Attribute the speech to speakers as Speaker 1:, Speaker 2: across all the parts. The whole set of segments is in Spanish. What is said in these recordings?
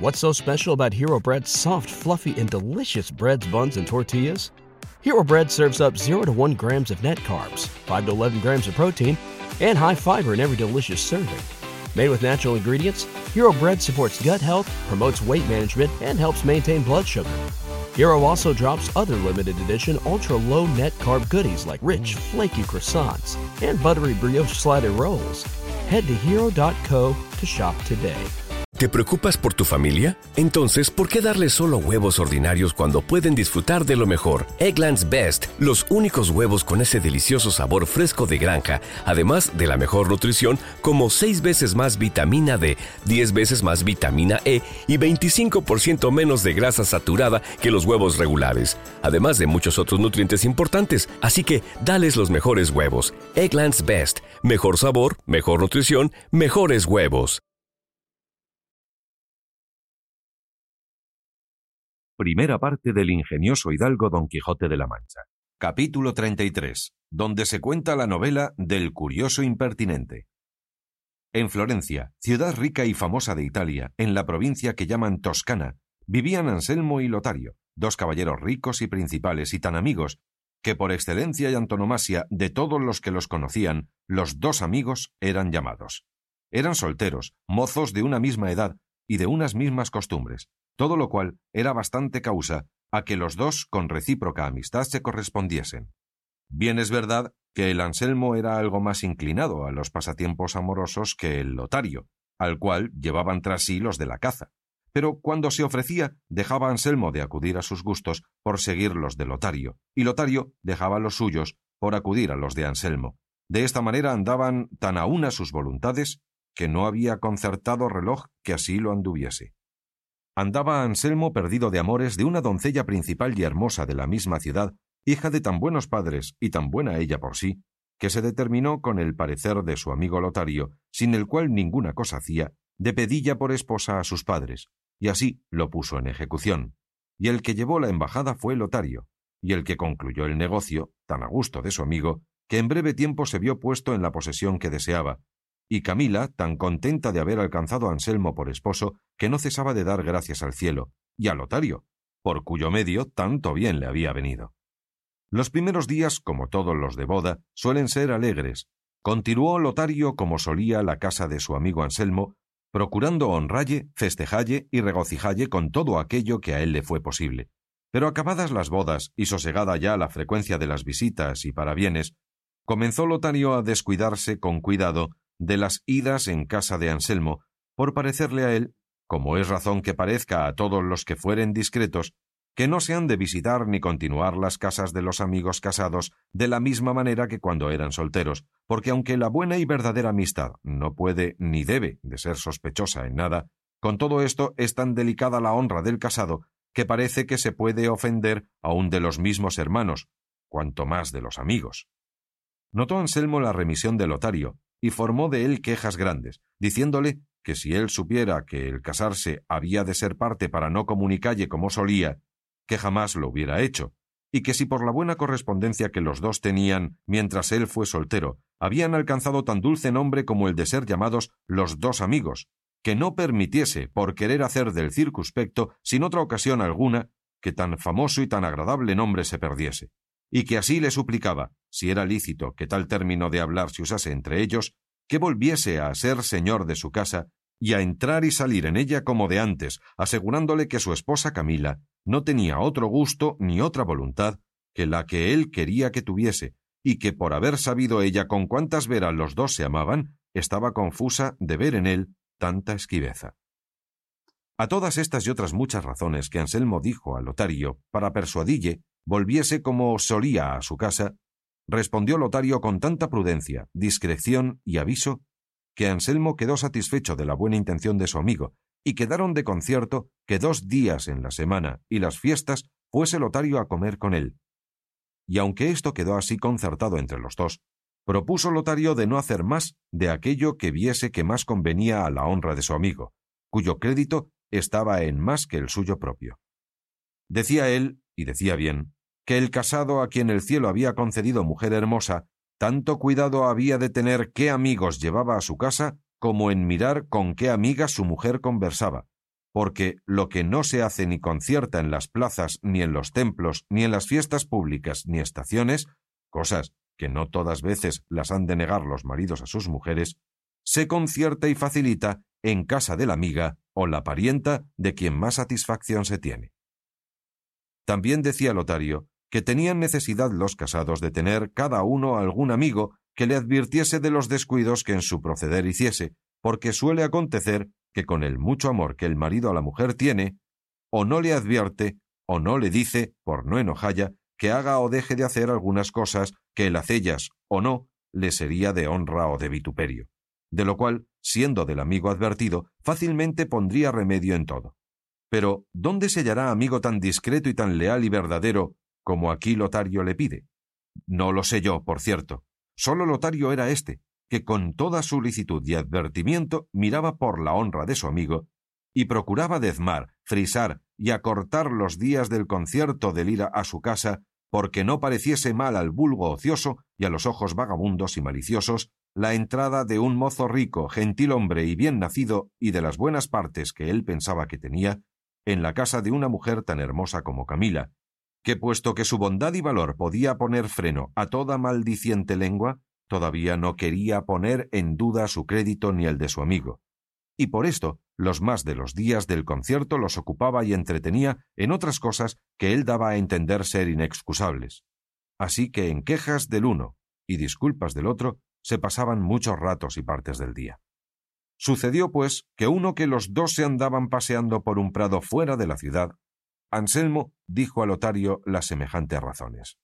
Speaker 1: What's so special about Hero Bread's soft, fluffy, and delicious breads, buns, and tortillas? Hero Bread serves up 0 to 1 grams of net carbs, 5 to 11 grams of protein, and high fiber in every delicious serving. Made with natural ingredients, Hero Bread supports gut health, promotes weight management, and helps maintain blood sugar. Hero also drops other limited edition ultra-low net carb goodies like rich, flaky croissants and buttery brioche slider rolls. Head to hero.co to shop today.
Speaker 2: ¿Te preocupas por tu familia? Entonces, ¿por qué darles solo huevos ordinarios cuando pueden disfrutar de lo mejor? Eggland's Best, los únicos huevos con ese delicioso sabor fresco de granja, además de la mejor nutrición, como 6 veces más vitamina D, 10 veces más vitamina E y 25% menos de grasa saturada que los huevos regulares, además de muchos otros nutrientes importantes. Así que, dales los mejores huevos. Eggland's Best, mejor sabor, mejor nutrición, mejores huevos.
Speaker 3: Primera parte del ingenioso hidalgo Don Quijote de la Mancha. Capítulo 33, donde se cuenta la novela del curioso impertinente. En Florencia, ciudad rica y famosa de Italia, en la provincia que llaman Toscana, vivían Anselmo y Lotario, 2 caballeros ricos y principales y tan amigos, que por excelencia y antonomasia de todos los que los conocían, los 2 amigos eran llamados. Eran solteros, mozos de una misma edad y de unas mismas costumbres, todo lo cual era bastante causa a que los 2 con recíproca amistad se correspondiesen. Bien es verdad que el Anselmo era algo más inclinado a los pasatiempos amorosos que el Lotario, al cual llevaban tras sí los de la caza, pero cuando se ofrecía dejaba Anselmo de acudir a sus gustos por seguir los de Lotario, y Lotario dejaba los suyos por acudir a los de Anselmo. De esta manera andaban tan a una sus voluntades que no había concertado reloj que así lo anduviese. Andaba Anselmo perdido de amores de una doncella principal y hermosa de la misma ciudad, hija de tan buenos padres y tan buena ella por sí, que se determinó con el parecer de su amigo Lotario, sin el cual ninguna cosa hacía, de pedilla por esposa a sus padres, y así lo puso en ejecución. Y el que llevó la embajada fue Lotario, y el que concluyó el negocio, tan a gusto de su amigo, que en breve tiempo se vio puesto en la posesión que deseaba, y Camila, tan contenta de haber alcanzado a Anselmo por esposo, que no cesaba de dar gracias al cielo, y a Lotario, por cuyo medio tanto bien le había venido. Los primeros días, como todos los de boda, suelen ser alegres. Continuó Lotario como solía la casa de su amigo Anselmo, procurando honralle, festejalle y regocijalle con todo aquello que a él le fue posible. Pero acabadas las bodas y sosegada ya la frecuencia de las visitas y parabienes, comenzó Lotario a descuidarse con cuidado de las idas en casa de Anselmo, por parecerle a él, como es razón que parezca a todos los que fueren discretos, que no se han de visitar ni continuar las casas de los amigos casados de la misma manera que cuando eran solteros, porque aunque la buena y verdadera amistad no puede ni debe de ser sospechosa en nada, con todo esto es tan delicada la honra del casado que parece que se puede ofender aun de los mismos hermanos, cuanto más de los amigos. Notó Anselmo la remisión de Lotario, y formó de él quejas grandes, diciéndole que si él supiera que el casarse había de ser parte para no comunicalle como solía, que jamás lo hubiera hecho, y que si por la buena correspondencia que los 2 tenían mientras él fue soltero, habían alcanzado tan dulce nombre como el de ser llamados los 2 amigos, que no permitiese, por querer hacer del circunspecto, sin otra ocasión alguna, que tan famoso y tan agradable nombre se perdiese, y que así le suplicaba, si era lícito que tal término de hablar se usase entre ellos, que volviese a ser señor de su casa y a entrar y salir en ella como de antes, asegurándole que su esposa Camila no tenía otro gusto ni otra voluntad que la que él quería que tuviese, y que por haber sabido ella con cuántas veras los 2 se amaban, estaba confusa de ver en él tanta esquiveza. A todas estas y otras muchas razones que Anselmo dijo a Lotario para persuadille volviese como solía a su casa, respondió Lotario con tanta prudencia, discreción y aviso, que Anselmo quedó satisfecho de la buena intención de su amigo, y quedaron de concierto que 2 días en la semana y las fiestas fuese Lotario a comer con él. Y aunque esto quedó así concertado entre los 2, propuso Lotario de no hacer más de aquello que viese que más convenía a la honra de su amigo, cuyo crédito estaba en más que el suyo propio. Decía él, y decía bien, que el casado a quien el cielo había concedido mujer hermosa, tanto cuidado había de tener qué amigos llevaba a su casa, como en mirar con qué amiga su mujer conversaba, porque lo que no se hace ni concierta en las plazas, ni en los templos, ni en las fiestas públicas, ni estaciones, cosas que no todas veces las han de negar los maridos a sus mujeres, se concierta y facilita en casa de la amiga o la parienta de quien más satisfacción se tiene. También decía Lotario que tenían necesidad los casados de tener cada uno algún amigo que le advirtiese de los descuidos que en su proceder hiciese, porque suele acontecer que con el mucho amor que el marido a la mujer tiene, o no le advierte, o no le dice, por no enojalla, que haga o deje de hacer algunas cosas que el hacellas o no le sería de honra o de vituperio, de lo cual, siendo del amigo advertido, fácilmente pondría remedio en todo. Pero, ¿dónde se hallará amigo tan discreto y tan leal y verdadero como aquí Lotario le pide? No lo sé yo, por cierto. Solo Lotario era éste, que con toda solicitud y advertimiento miraba por la honra de su amigo y procuraba dezmar, frisar y acortar los días del concierto del ir a su casa, porque no pareciese mal al vulgo ocioso y a los ojos vagabundos y maliciosos la entrada de un mozo rico, gentil hombre y bien nacido y de las buenas partes que él pensaba que tenía, en la casa de una mujer tan hermosa como Camila, que puesto que su bondad y valor podía poner freno a toda maldiciente lengua, todavía no quería poner en duda su crédito ni el de su amigo, y por esto los más de los días del concierto los ocupaba y entretenía en otras cosas que él daba a entender ser inexcusables. Así que en quejas del uno y disculpas del otro se pasaban muchos ratos y partes del día. Sucedió, pues, que uno que los dos se andaban paseando por un prado fuera de la ciudad, Anselmo dijo a Lotario las semejantes razones.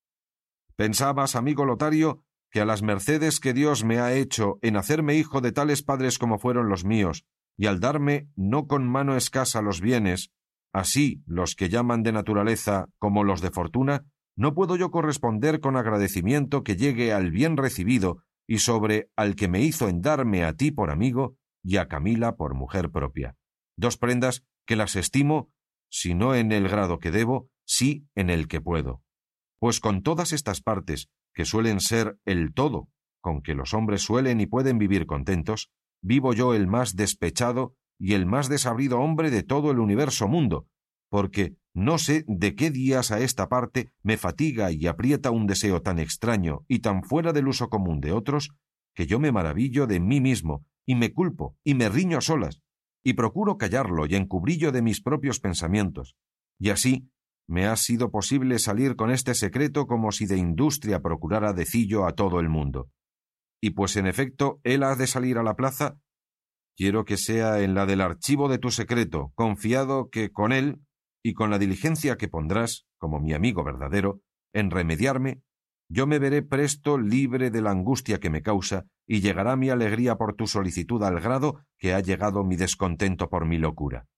Speaker 3: «¿Pensabas, amigo Lotario, que a las mercedes que Dios me ha hecho en hacerme hijo de tales padres como fueron los míos, y al darme no con mano escasa los bienes, así los que llaman de naturaleza como los de fortuna, no puedo yo corresponder con agradecimiento que llegue al bien recibido y sobre al que me hizo en darme a ti por amigo y a Camila por mujer propia? Dos prendas que las estimo, si no en el grado que debo, sí en el que puedo. Pues con todas estas partes, que suelen ser el todo con que los hombres suelen y pueden vivir contentos, vivo yo el más despechado y el más desabrido hombre de todo el universo mundo, porque no sé de qué días a esta parte me fatiga y aprieta un deseo tan extraño y tan fuera del uso común de otros, que yo me maravillo de mí mismo, y me culpo, y me riño a solas, y procuro callarlo y encubrillo de mis propios pensamientos, y así me ha sido posible salir con este secreto como si de industria procurara decillo a todo el mundo. Y pues en efecto él ha de salir a la plaza, quiero que sea en la del archivo de tu secreto, confiado que con él y con la diligencia que pondrás, como mi amigo verdadero, en remediarme, yo me veré presto libre de la angustia que me causa y llegará mi alegría por tu solicitud al grado que ha llegado mi descontento por mi locura».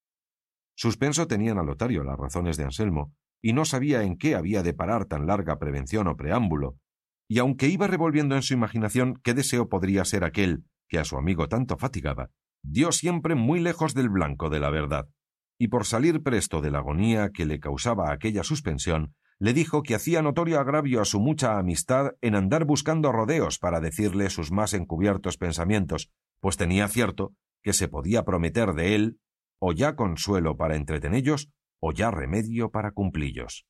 Speaker 3: Suspenso tenían a Lotario las razones de Anselmo, y no sabía en qué había de parar tan larga prevención o preámbulo, y aunque iba revolviendo en su imaginación qué deseo podría ser aquel que a su amigo tanto fatigaba, dio siempre muy lejos del blanco de la verdad, y por salir presto de la agonía que le causaba aquella suspensión, le dijo que hacía notorio agravio a su mucha amistad en andar buscando rodeos para decirle sus más encubiertos pensamientos, pues tenía cierto que se podía prometer de él o ya consuelo para entretenellos, o ya remedio para cumplillos.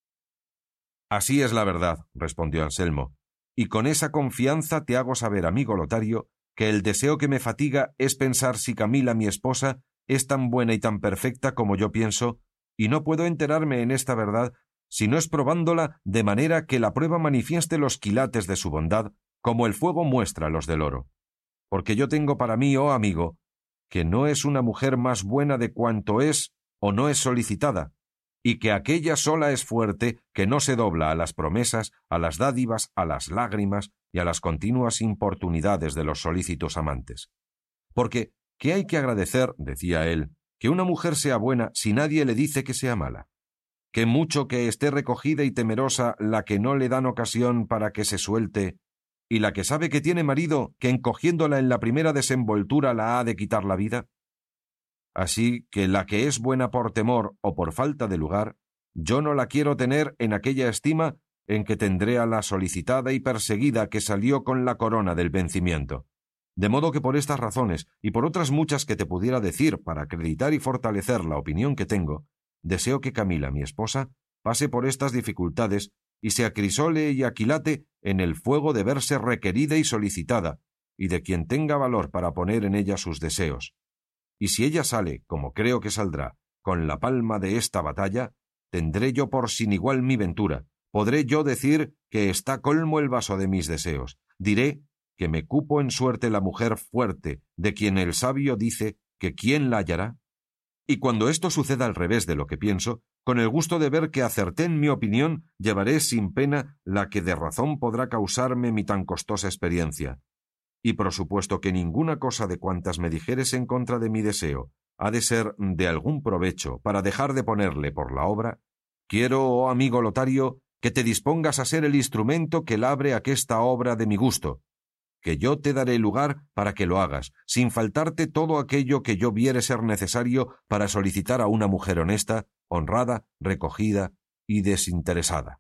Speaker 3: «Así es la verdad», respondió Anselmo, «y con esa confianza te hago saber, amigo Lotario, que el deseo que me fatiga es pensar si Camila, mi esposa, es tan buena y tan perfecta como yo pienso, y no puedo enterarme en esta verdad si no es probándola de manera que la prueba manifieste los quilates de su bondad, como el fuego muestra los del oro. Porque yo tengo para mí, oh amigo, que no es una mujer más buena de cuanto es o no es solicitada, y que aquella sola es fuerte que no se dobla a las promesas, a las dádivas, a las lágrimas y a las continuas importunidades de los solícitos amantes. Porque, ¿qué hay que agradecer, decía él, que una mujer sea buena si nadie le dice que sea mala? Que mucho que esté recogida y temerosa la que no le dan ocasión para que se suelte, y la que sabe que tiene marido, que encogiéndola en la primera desenvoltura la ha de quitar la vida. Así que la que es buena por temor o por falta de lugar, yo no la quiero tener en aquella estima en que tendré a la solicitada y perseguida que salió con la corona del vencimiento. De modo que por estas razones, y por otras muchas que te pudiera decir para acreditar y fortalecer la opinión que tengo, deseo que Camila, mi esposa, pase por estas dificultades y se acrisole y aquilate en el fuego de verse requerida y solicitada, y de quien tenga valor para poner en ella sus deseos. Y si ella sale, como creo que saldrá, con la palma de esta batalla, tendré yo por sin igual mi ventura, podré yo decir que está colmo el vaso de mis deseos, diré que me cupo en suerte la mujer fuerte, de quien el sabio dice que ¿quién la hallará? Y cuando esto suceda al revés de lo que pienso, con el gusto de ver que acerté en mi opinión, llevaré sin pena la que de razón podrá causarme mi tan costosa experiencia. Y por supuesto que ninguna cosa de cuantas me dijeres en contra de mi deseo ha de ser de algún provecho para dejar de ponerle por la obra, quiero, oh amigo Lotario, que te dispongas a ser el instrumento que labre aquesta obra de mi gusto, que yo te daré lugar para que lo hagas, sin faltarte todo aquello que yo viere ser necesario para solicitar a una mujer honesta, honrada, recogida y desinteresada.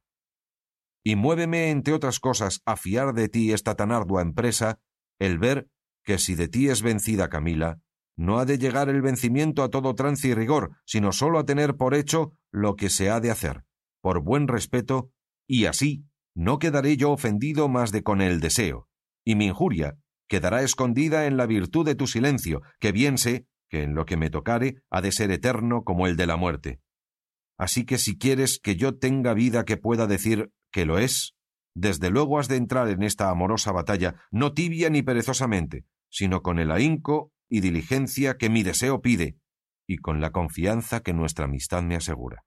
Speaker 3: Y muéveme, entre otras cosas, a fiar de ti esta tan ardua empresa, el ver que si de ti es vencida Camila, no ha de llegar el vencimiento a todo trance y rigor, sino sólo a tener por hecho lo que se ha de hacer, por buen respeto, y así no quedaré yo ofendido más de con el deseo, y mi injuria quedará escondida en la virtud de tu silencio, que bien sé que en lo que me tocare ha de ser eterno como el de la muerte. Así que si quieres que yo tenga vida que pueda decir que lo es, desde luego has de entrar en esta amorosa batalla no tibia ni perezosamente, sino con el ahínco y diligencia que mi deseo pide, y con la confianza que nuestra amistad me asegura.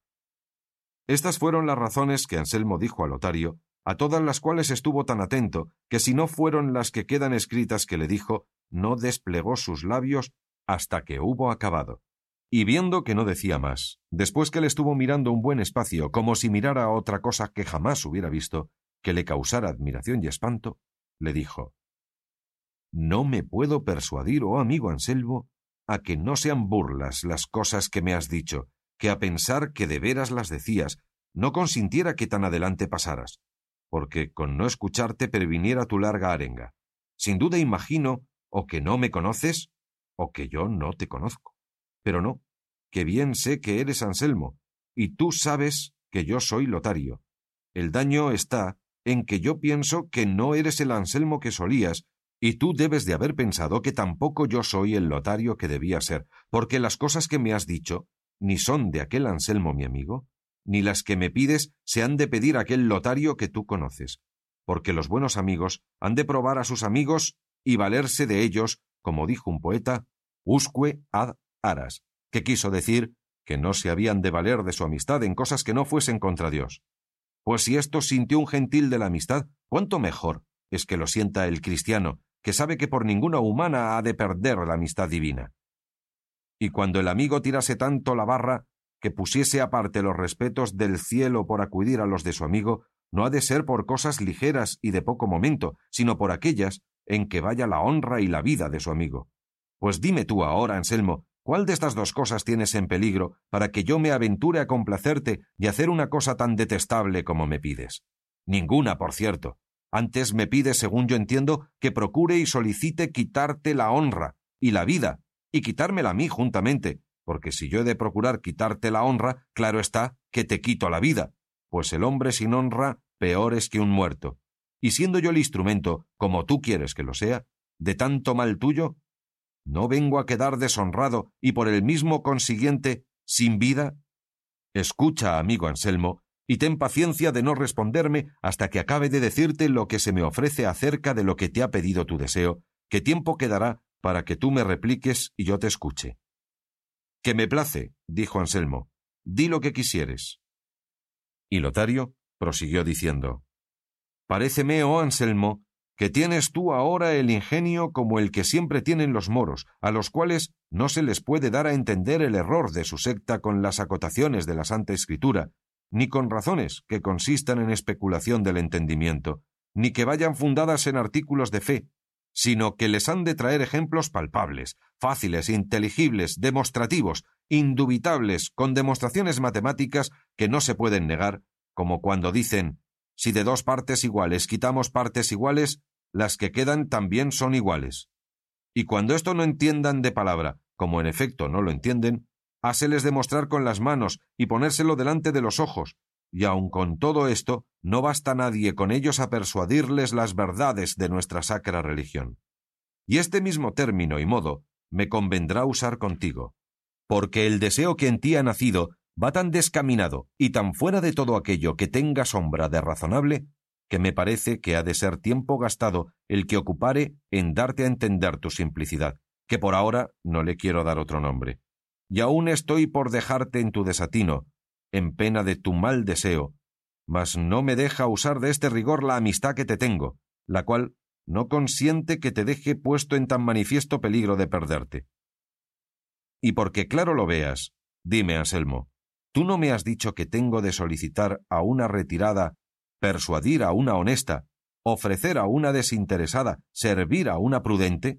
Speaker 3: Estas fueron las razones que Anselmo dijo a Lotario, a todas las cuales estuvo tan atento, que si no fueron las que quedan escritas que le dijo, no desplegó sus labios hasta que hubo acabado. Y viendo que no decía más, después que le estuvo mirando un buen espacio, como si mirara otra cosa que jamás hubiera visto, que le causara admiración y espanto, le dijo: «No me puedo persuadir, oh amigo Anselmo, a que no sean burlas las cosas que me has dicho, que a pensar que de veras las decías, no consintiera que tan adelante pasaras, porque con no escucharte previniera tu larga arenga. Sin duda imagino o que no me conoces o que yo no te conozco. Pero no, que bien sé que eres Anselmo, y tú sabes que yo soy Lotario. El daño está en que yo pienso que no eres el Anselmo que solías, y tú debes de haber pensado que tampoco yo soy el Lotario que debía ser, porque las cosas que me has dicho ni son de aquel Anselmo mi amigo, ni las que me pides se han de pedir a aquel Lotario que tú conoces, porque los buenos amigos han de probar a sus amigos y valerse de ellos, como dijo un poeta, usque ad aras, que quiso decir que no se habían de valer de su amistad en cosas que no fuesen contra Dios. Pues si esto sintió un gentil de la amistad, cuánto mejor es que lo sienta el cristiano, que sabe que por ninguna humana ha de perder la amistad divina. Y cuando el amigo tirase tanto la barra, que pusiese aparte los respetos del cielo por acudir a los de su amigo, no ha de ser por cosas ligeras y de poco momento, sino por aquellas en que vaya la honra y la vida de su amigo. Pues dime tú ahora, Anselmo, ¿cuál de estas dos cosas tienes en peligro para que yo me aventure a complacerte y hacer una cosa tan detestable como me pides? Ninguna, por cierto. Antes me pides, según yo entiendo, que procure y solicite quitarte la honra y la vida, y quitármela a mí juntamente, porque si yo he de procurar quitarte la honra, claro está que te quito la vida, pues el hombre sin honra peor es que un muerto. Y siendo yo el instrumento, como tú quieres que lo sea, de tanto mal tuyo, ¿no vengo a quedar deshonrado y por el mismo consiguiente sin vida? Escucha, amigo Anselmo, y ten paciencia de no responderme hasta que acabe de decirte lo que se me ofrece acerca de lo que te ha pedido tu deseo, que tiempo quedará para que tú me repliques y yo te escuche. —Que me place —dijo Anselmo—, di lo que quisieres. Y Lotario prosiguió diciendo: —Paréceme, oh Anselmo, que tienes tú ahora el ingenio como el que siempre tienen los moros, a los cuales no se les puede dar a entender el error de su secta con las acotaciones de la Santa Escritura, ni con razones que consistan en especulación del entendimiento, ni que vayan fundadas en artículos de fe, sino que les han de traer ejemplos palpables, fáciles, inteligibles, demostrativos, indubitables, con demostraciones matemáticas que no se pueden negar, como cuando dicen: si de dos partes iguales quitamos partes iguales, las que quedan también son iguales. Y cuando esto no entiendan de palabra, como en efecto no lo entienden, háseles demostrar con las manos y ponérselo delante de los ojos, y aun con todo esto, no basta nadie con ellos a persuadirles las verdades de nuestra sacra religión. Y este mismo término y modo me convendrá usar contigo, porque el deseo que en ti ha nacido va tan descaminado y tan fuera de todo aquello que tenga sombra de razonable, que me parece que ha de ser tiempo gastado el que ocupare en darte a entender tu simplicidad, que por ahora no le quiero dar otro nombre. Y aún estoy por dejarte en tu desatino, en pena de tu mal deseo, mas no me deja usar de este rigor la amistad que te tengo, la cual no consiente que te deje puesto en tan manifiesto peligro de perderte. Y porque claro lo veas, dime, Anselmo, ¿tú no me has dicho que tengo de solicitar a una retirada, persuadir a una honesta, ofrecer a una desinteresada, servir a una prudente?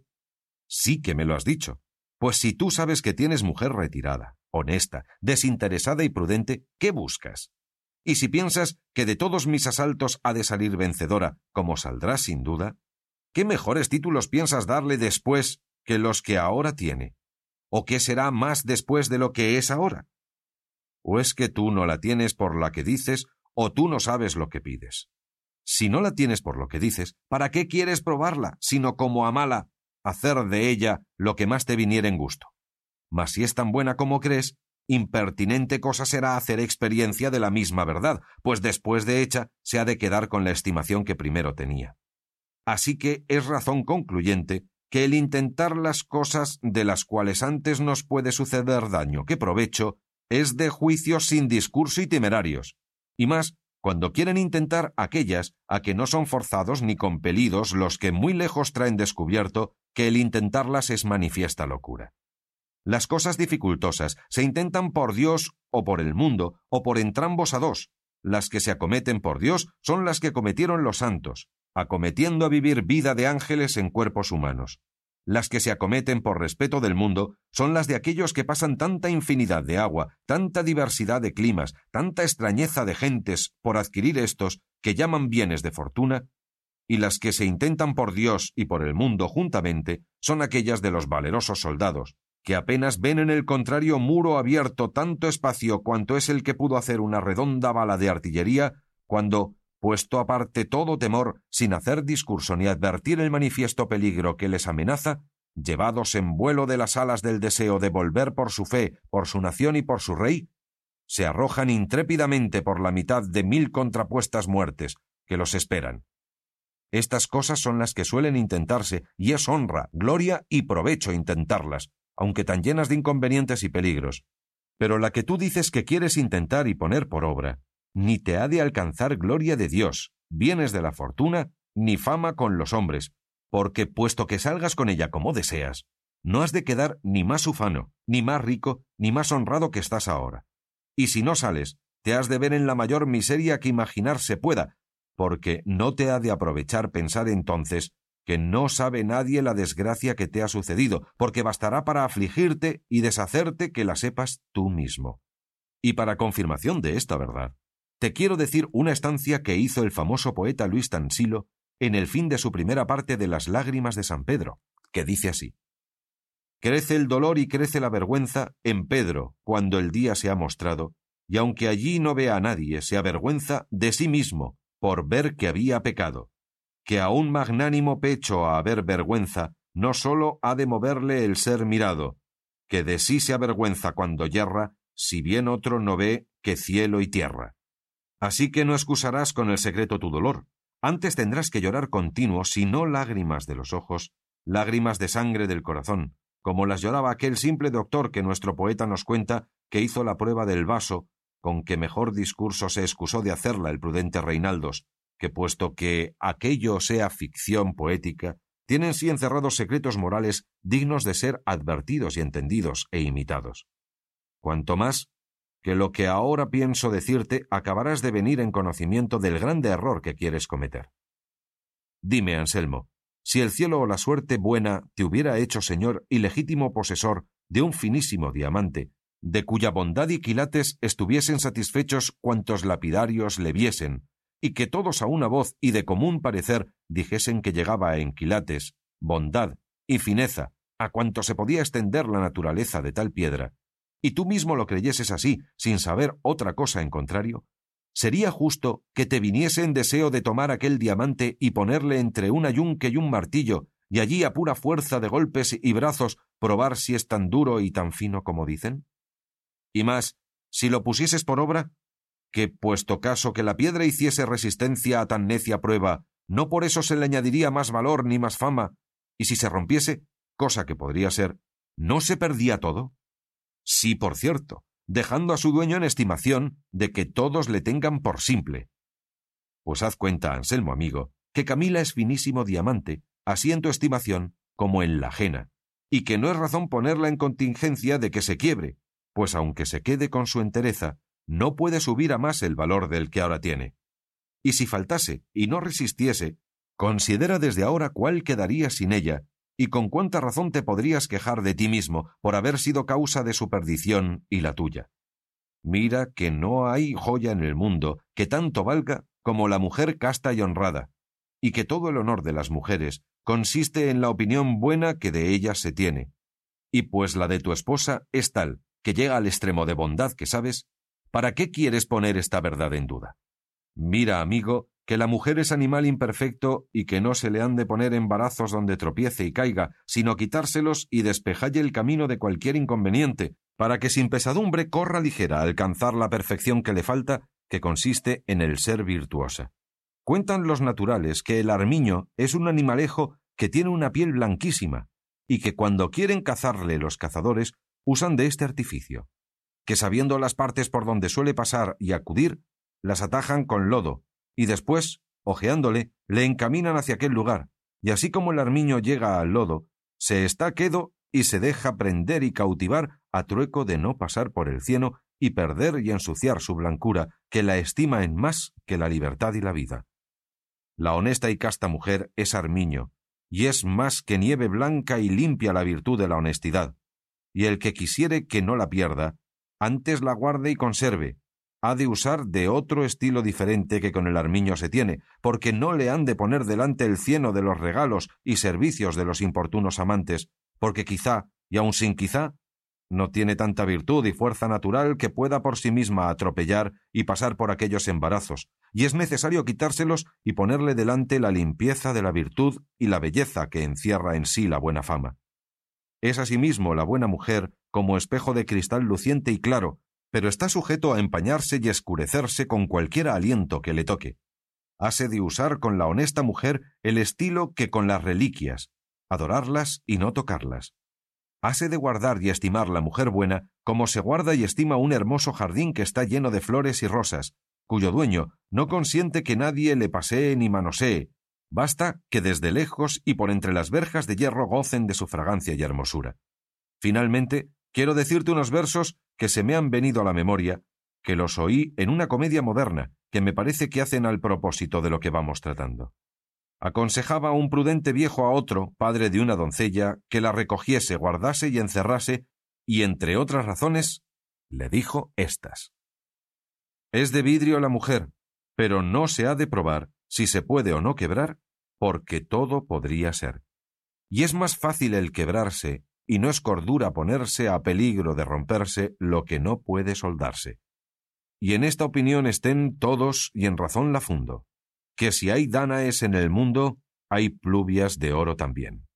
Speaker 3: Sí que me lo has dicho. Pues si tú sabes que tienes mujer retirada, honesta, desinteresada y prudente, ¿qué buscas? Y si piensas que de todos mis asaltos ha de salir vencedora, como saldrá sin duda, ¿qué mejores títulos piensas darle después que los que ahora tiene? ¿O qué será más después de lo que es ahora? ¿O es que tú no la tienes por la que dices, o tú no sabes lo que pides? Si no la tienes por lo que dices, ¿para qué quieres probarla, sino como a mala, hacer de ella lo que más te viniera en gusto? Mas si es tan buena como crees, impertinente cosa será hacer experiencia de la misma verdad, pues después de hecha se ha de quedar con la estimación que primero tenía. Así que es razón concluyente que el intentar las cosas de las cuales antes nos puede suceder daño que provecho es de juicios sin discurso y temerarios, y más cuando quieren intentar aquellas a que no son forzados ni compelidos los que muy lejos traen descubierto que el intentarlas es manifiesta locura. Las cosas dificultosas se intentan por Dios o por el mundo o por entrambos a dos. Las que se acometen por Dios son las que cometieron los santos, acometiendo a vivir vida de ángeles en cuerpos humanos. Las que se acometen por respeto del mundo son las de aquellos que pasan tanta infinidad de agua, tanta diversidad de climas, tanta extrañeza de gentes por adquirir estos que llaman bienes de fortuna, y las que se intentan por Dios y por el mundo juntamente son aquellas de los valerosos soldados, que apenas ven en el contrario muro abierto tanto espacio cuanto es el que pudo hacer una redonda bala de artillería, cuando, puesto aparte todo temor, sin hacer discurso ni advertir el manifiesto peligro que les amenaza, llevados en vuelo de las alas del deseo de volver por su fe, por su nación y por su rey, se arrojan intrépidamente por la mitad de 1000 contrapuestas muertes que los esperan. Estas cosas son las que suelen intentarse, y es honra, gloria y provecho intentarlas, aunque tan llenas de inconvenientes y peligros. Pero la que tú dices que quieres intentar y poner por obra, ni te ha de alcanzar gloria de Dios, bienes de la fortuna, ni fama con los hombres, porque puesto que salgas con ella como deseas, no has de quedar ni más ufano, ni más rico, ni más honrado que estás ahora. Y si no sales, te has de ver en la mayor miseria que imaginarse pueda, porque no te ha de aprovechar pensar entonces que no sabe nadie la desgracia que te ha sucedido, porque bastará para afligirte y deshacerte que la sepas tú mismo. Y para confirmación de esta verdad, te quiero decir una estancia que hizo el famoso poeta Luis Tansilo en el fin de su primera parte de Las lágrimas de San Pedro, que dice así: crece el dolor y crece la vergüenza en Pedro cuando el día se ha mostrado, y aunque allí no vea a nadie, se avergüenza de sí mismo por ver que había pecado, que a un magnánimo pecho a haber vergüenza no sólo ha de moverle el ser mirado, que de sí se avergüenza cuando yerra, si bien otro no ve que cielo y tierra. Así que no excusarás con el secreto tu dolor, antes tendrás que llorar continuo, si no lágrimas de los ojos, lágrimas de sangre del corazón, como las lloraba aquel simple doctor que nuestro poeta nos cuenta que hizo la prueba del vaso, con que mejor discurso se excusó de hacerla el prudente Reinaldos, que puesto que aquello sea ficción poética, tienen sí encerrados secretos morales dignos de ser advertidos y entendidos e imitados. Cuanto más que lo que ahora pienso decirte acabarás de venir en conocimiento del grande error que quieres cometer. Dime, Anselmo, si el cielo o la suerte buena te hubiera hecho señor y legítimo posesor de un finísimo diamante, de cuya bondad y quilates estuviesen satisfechos cuantos lapidarios le viesen, y que todos a una voz y de común parecer dijesen que llegaba en quilates, bondad y fineza a cuanto se podía extender la naturaleza de tal piedra, y tú mismo lo creyeses así, sin saber otra cosa en contrario, ¿sería justo que te viniese en deseo de tomar aquel diamante y ponerle entre un ayunque y un martillo, y allí a pura fuerza de golpes y brazos probar si es tan duro y tan fino como dicen? Y más, si lo pusieses por obra, que puesto caso que la piedra hiciese resistencia a tan necia prueba, no por eso se le añadiría más valor ni más fama, y si se rompiese, cosa que podría ser, ¿no se perdía todo? Sí, por cierto, dejando a su dueño en estimación de que todos le tengan por simple. Pues haz cuenta, Anselmo amigo, que Camila es finísimo diamante, así en tu estimación como en la ajena, y que no es razón ponerla en contingencia de que se quiebre, pues aunque se quede con su entereza, no puede subir a más el valor del que ahora tiene. Y si faltase y no resistiese, considera desde ahora cuál quedaría sin ella, y con cuánta razón te podrías quejar de ti mismo por haber sido causa de su perdición y la tuya. Mira que no hay joya en el mundo que tanto valga como la mujer casta y honrada, y que todo el honor de las mujeres consiste en la opinión buena que de ellas se tiene, y pues la de tu esposa es tal que llega al extremo de bondad que sabes, ¿para qué quieres poner esta verdad en duda? Mira, amigo, que la mujer es animal imperfecto y que no se le han de poner embarazos donde tropiece y caiga, sino quitárselos y despejalle el camino de cualquier inconveniente, para que sin pesadumbre corra ligera a alcanzar la perfección que le falta, que consiste en el ser virtuosa. Cuentan los naturales que el armiño es un animalejo que tiene una piel blanquísima, y que cuando quieren cazarle los cazadores usan de este artificio, que sabiendo las partes por donde suele pasar y acudir, las atajan con lodo, y después, ojeándole, le encaminan hacia aquel lugar, y así como el armiño llega al lodo, se está quedo y se deja prender y cautivar a trueco de no pasar por el cieno y perder y ensuciar su blancura, que la estima en más que la libertad y la vida. La honesta y casta mujer es armiño, y es más que nieve blanca y limpia la virtud de la honestidad, y el que quisiere que no la pierda, antes la guarde y conserve, ha de usar de otro estilo diferente que con el armiño se tiene, porque no le han de poner delante el cieno de los regalos y servicios de los importunos amantes, porque quizá, y aun sin quizá, no tiene tanta virtud y fuerza natural que pueda por sí misma atropellar y pasar por aquellos embarazos, y es necesario quitárselos y ponerle delante la limpieza de la virtud y la belleza que encierra en sí la buena fama. Es asimismo la buena mujer como espejo de cristal luciente y claro, pero está sujeto a empañarse y escurecerse con cualquier aliento que le toque. Hase de usar con la honesta mujer el estilo que con las reliquias, adorarlas y no tocarlas. Hase de guardar y estimar la mujer buena como se guarda y estima un hermoso jardín que está lleno de flores y rosas, cuyo dueño no consiente que nadie le pasee ni manosee, basta que desde lejos y por entre las verjas de hierro gocen de su fragancia y hermosura. Finalmente, quiero decirte unos versos que se me han venido a la memoria, que los oí en una comedia moderna, que me parece que hacen al propósito de lo que vamos tratando. Aconsejaba un prudente viejo a otro, padre de una doncella, que la recogiese, guardase y encerrase, y entre otras razones, le dijo estas. Es de vidrio la mujer, pero no se ha de probar si se puede o no quebrar, porque todo podría ser. Y es más fácil el quebrarse, y no es cordura ponerse a peligro de romperse lo que no puede soldarse. Y en esta opinión estén todos y en razón la fundo, que si hay dánaes en el mundo, hay pluvias de oro también.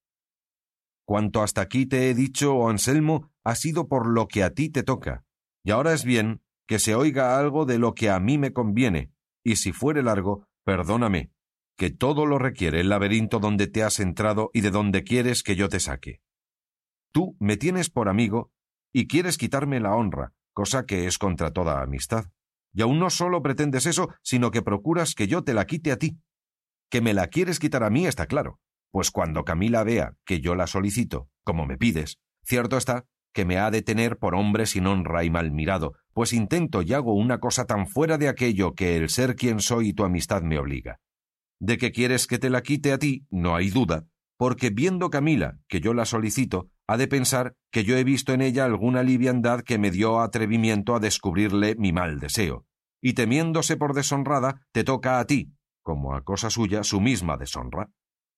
Speaker 3: Cuanto hasta aquí te he dicho, oh Anselmo, ha sido por lo que a ti te toca, y ahora es bien que se oiga algo de lo que a mí me conviene, y si fuere largo, perdóname, que todo lo requiere el laberinto donde te has entrado y de donde quieres que yo te saque. Tú me tienes por amigo y quieres quitarme la honra, cosa que es contra toda amistad. Y aún no solo pretendes eso, sino que procuras que yo te la quite a ti. Que me la quieres quitar a mí está claro, pues cuando Camila vea que yo la solicito, como me pides, cierto está que me ha de tener por hombre sin honra y mal mirado, pues intento y hago una cosa tan fuera de aquello que el ser quien soy y tu amistad me obliga. De que quieres que te la quite a ti, no hay duda, porque viendo Camila que yo la solicito, ha de pensar que yo he visto en ella alguna liviandad que me dio atrevimiento a descubrirle mi mal deseo, y temiéndose por deshonrada, te toca a ti, como a cosa suya, su misma deshonra.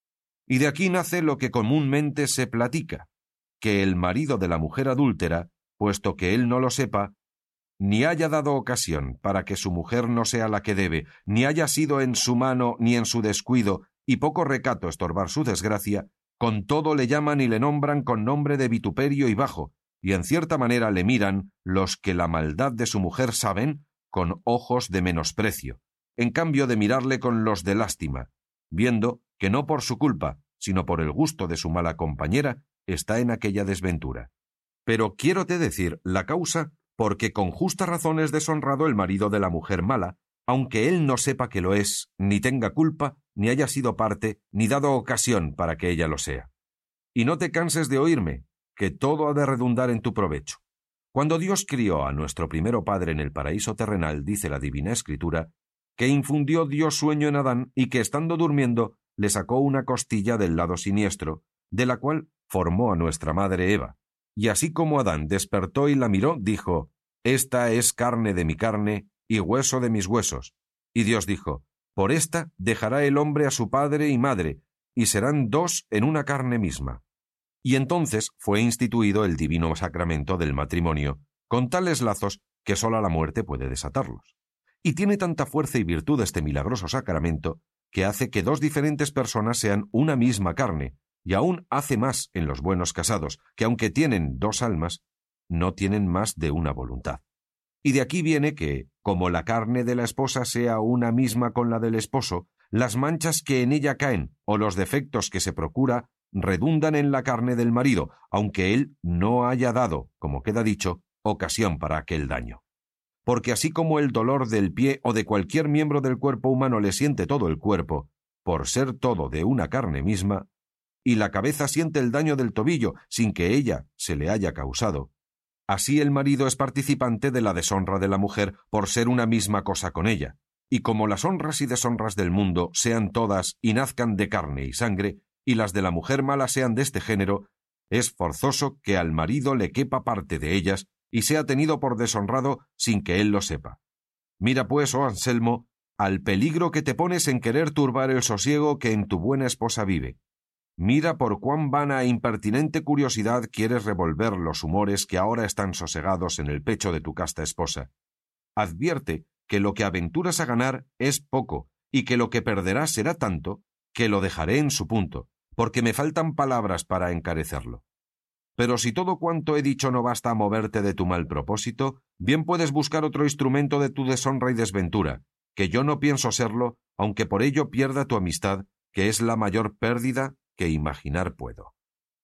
Speaker 3: Y de aquí nace lo que comúnmente se platica, que el marido de la mujer adúltera, puesto que él no lo sepa, ni haya dado ocasión para que su mujer no sea la que debe, ni haya sido en su mano ni en su descuido y poco recato estorbar su desgracia, con todo le llaman y le nombran con nombre de vituperio y bajo, y en cierta manera le miran los que la maldad de su mujer saben con ojos de menosprecio, en cambio de mirarle con los de lástima, viendo que no por su culpa, sino por el gusto de su mala compañera, está en aquella desventura. Pero quiérote decir la causa, porque con justa razón es deshonrado el marido de la mujer mala, aunque él no sepa que lo es, ni tenga culpa, ni haya sido parte, ni dado ocasión para que ella lo sea. Y no te canses de oírme, que todo ha de redundar en tu provecho. Cuando Dios crió a nuestro primero padre en el paraíso terrenal, dice la Divina Escritura, que infundió Dios sueño en Adán y que estando durmiendo le sacó una costilla del lado siniestro, de la cual formó a nuestra madre Eva. Y así como Adán despertó y la miró, dijo, «Esta es carne de mi carne y hueso de mis huesos». Y Dios dijo, «Por esta dejará el hombre a su padre y madre, y serán dos en una carne misma». Y entonces fue instituido el divino sacramento del matrimonio, con tales lazos que sola la muerte puede desatarlos. Y tiene tanta fuerza y virtud este milagroso sacramento que hace que dos diferentes personas sean una misma carne, y aún hace más en los buenos casados, que aunque tienen dos almas, no tienen más de una voluntad. Y de aquí viene que, como la carne de la esposa sea una misma con la del esposo, las manchas que en ella caen o los defectos que se procura redundan en la carne del marido, aunque él no haya dado, como queda dicho, ocasión para aquel daño. Porque así como el dolor del pie o de cualquier miembro del cuerpo humano le siente todo el cuerpo, por ser todo de una carne misma, y la cabeza siente el daño del tobillo sin que ella se le haya causado, así el marido es participante de la deshonra de la mujer por ser una misma cosa con ella, y como las honras y deshonras del mundo sean todas y nazcan de carne y sangre, y las de la mujer mala sean de este género, es forzoso que al marido le quepa parte de ellas y sea tenido por deshonrado sin que él lo sepa. Mira pues, oh Anselmo, al peligro que te pones en querer turbar el sosiego que en tu buena esposa vive. Mira por cuán vana e impertinente curiosidad quieres revolver los humores que ahora están sosegados en el pecho de tu casta esposa. Advierte que lo que aventuras a ganar es poco y que lo que perderás será tanto que lo dejaré en su punto, porque me faltan palabras para encarecerlo. Pero si todo cuanto he dicho no basta a moverte de tu mal propósito, bien puedes buscar otro instrumento de tu deshonra y desventura, que yo no pienso serlo, aunque por ello pierda tu amistad, que es la mayor pérdida que imaginar puedo.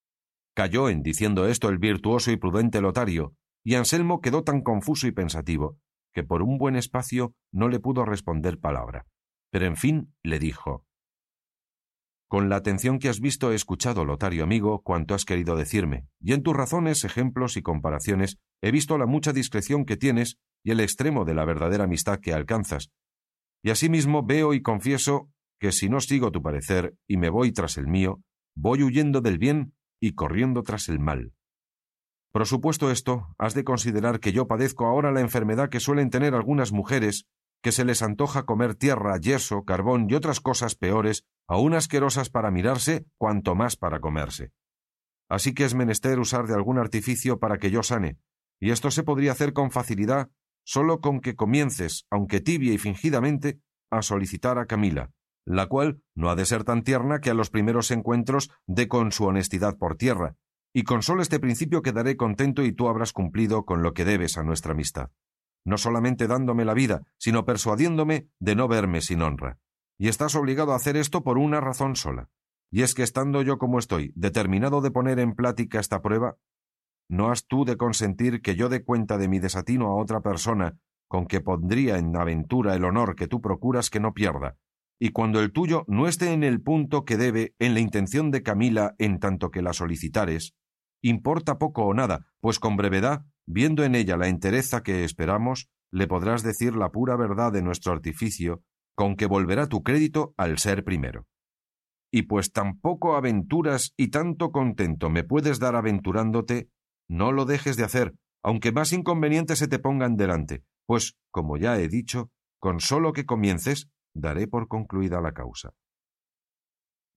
Speaker 3: Calló en diciendo esto el virtuoso y prudente Lotario, y Anselmo quedó tan confuso y pensativo, que por un buen espacio no le pudo responder palabra. Pero en fin le dijo, «Con la atención que has visto he escuchado, Lotario amigo, cuanto has querido decirme, y en tus razones, ejemplos y comparaciones he visto la mucha discreción que tienes y el extremo de la verdadera amistad que alcanzas, y asimismo veo y confieso que si no sigo tu parecer y me voy tras el mío, voy huyendo del bien y corriendo tras el mal. Por supuesto esto, has de considerar que yo padezco ahora la enfermedad que suelen tener algunas mujeres, que se les antoja comer tierra, yeso, carbón y otras cosas peores, aún asquerosas para mirarse, cuanto más para comerse. Así que es menester usar de algún artificio para que yo sane, y esto se podría hacer con facilidad, solo con que comiences, aunque tibia y fingidamente, a solicitar a Camila, la cual no ha de ser tan tierna que a los primeros encuentros dé con su honestidad por tierra, y con solo este principio quedaré contento y tú habrás cumplido con lo que debes a nuestra amistad, no solamente dándome la vida, sino persuadiéndome de no verme sin honra. Y estás obligado a hacer esto por una razón sola, y es que estando yo como estoy, determinado de poner en plática esta prueba, ¿no has tú de consentir que yo dé cuenta de mi desatino a otra persona, con que pondría en aventura el honor que tú procuras que no pierda, y cuando el tuyo no esté en el punto que debe en la intención de Camila en tanto que la solicitares, importa poco o nada, pues con brevedad, viendo en ella la entereza que esperamos, le podrás decir la pura verdad de nuestro artificio, con que volverá tu crédito al ser primero. Y pues tan poco aventuras y tanto contento me puedes dar aventurándote, no lo dejes de hacer, aunque más inconvenientes se te pongan delante, pues, como ya he dicho, con solo que comiences, daré por concluida la causa.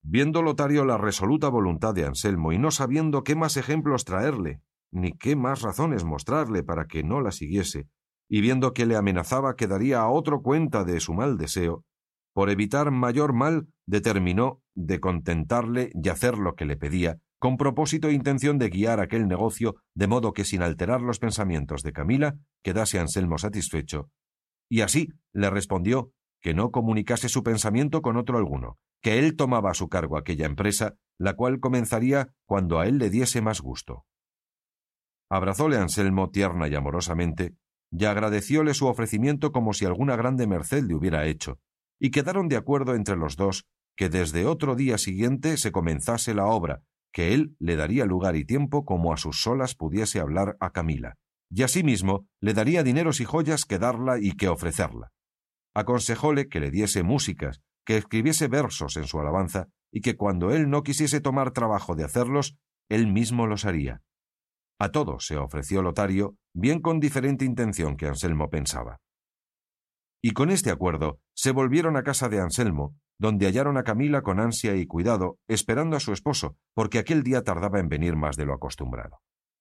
Speaker 3: Viendo Lotario la resoluta voluntad de Anselmo y no sabiendo qué más ejemplos traerle, ni qué más razones mostrarle para que no la siguiese, y viendo que le amenazaba que daría a otro cuenta de su mal deseo, por evitar mayor mal, determinó de contentarle y hacer lo que le pedía, con propósito e intención de guiar aquel negocio de modo que sin alterar los pensamientos de Camila quedase Anselmo satisfecho, y así le respondió que no comunicase su pensamiento con otro alguno, que él tomaba a su cargo aquella empresa, la cual comenzaría cuando a él le diese más gusto. Abrazóle Anselmo tierna y amorosamente, y agradecióle su ofrecimiento como si alguna grande merced le hubiera hecho, y quedaron de acuerdo entre los dos que desde otro día siguiente se comenzase la obra, que él le daría lugar y tiempo como a sus solas pudiese hablar a Camila, y asimismo le daría dineros y joyas que darla y que ofrecerla. Aconsejóle que le diese músicas, que escribiese versos en su alabanza, y que cuando él no quisiese tomar trabajo de hacerlos, él mismo los haría. A todo se ofreció Lotario, bien con diferente intención que Anselmo pensaba. Y con este acuerdo se volvieron a casa de Anselmo, donde hallaron a Camila con ansia y cuidado, esperando a su esposo, porque aquel día tardaba en venir más de lo acostumbrado.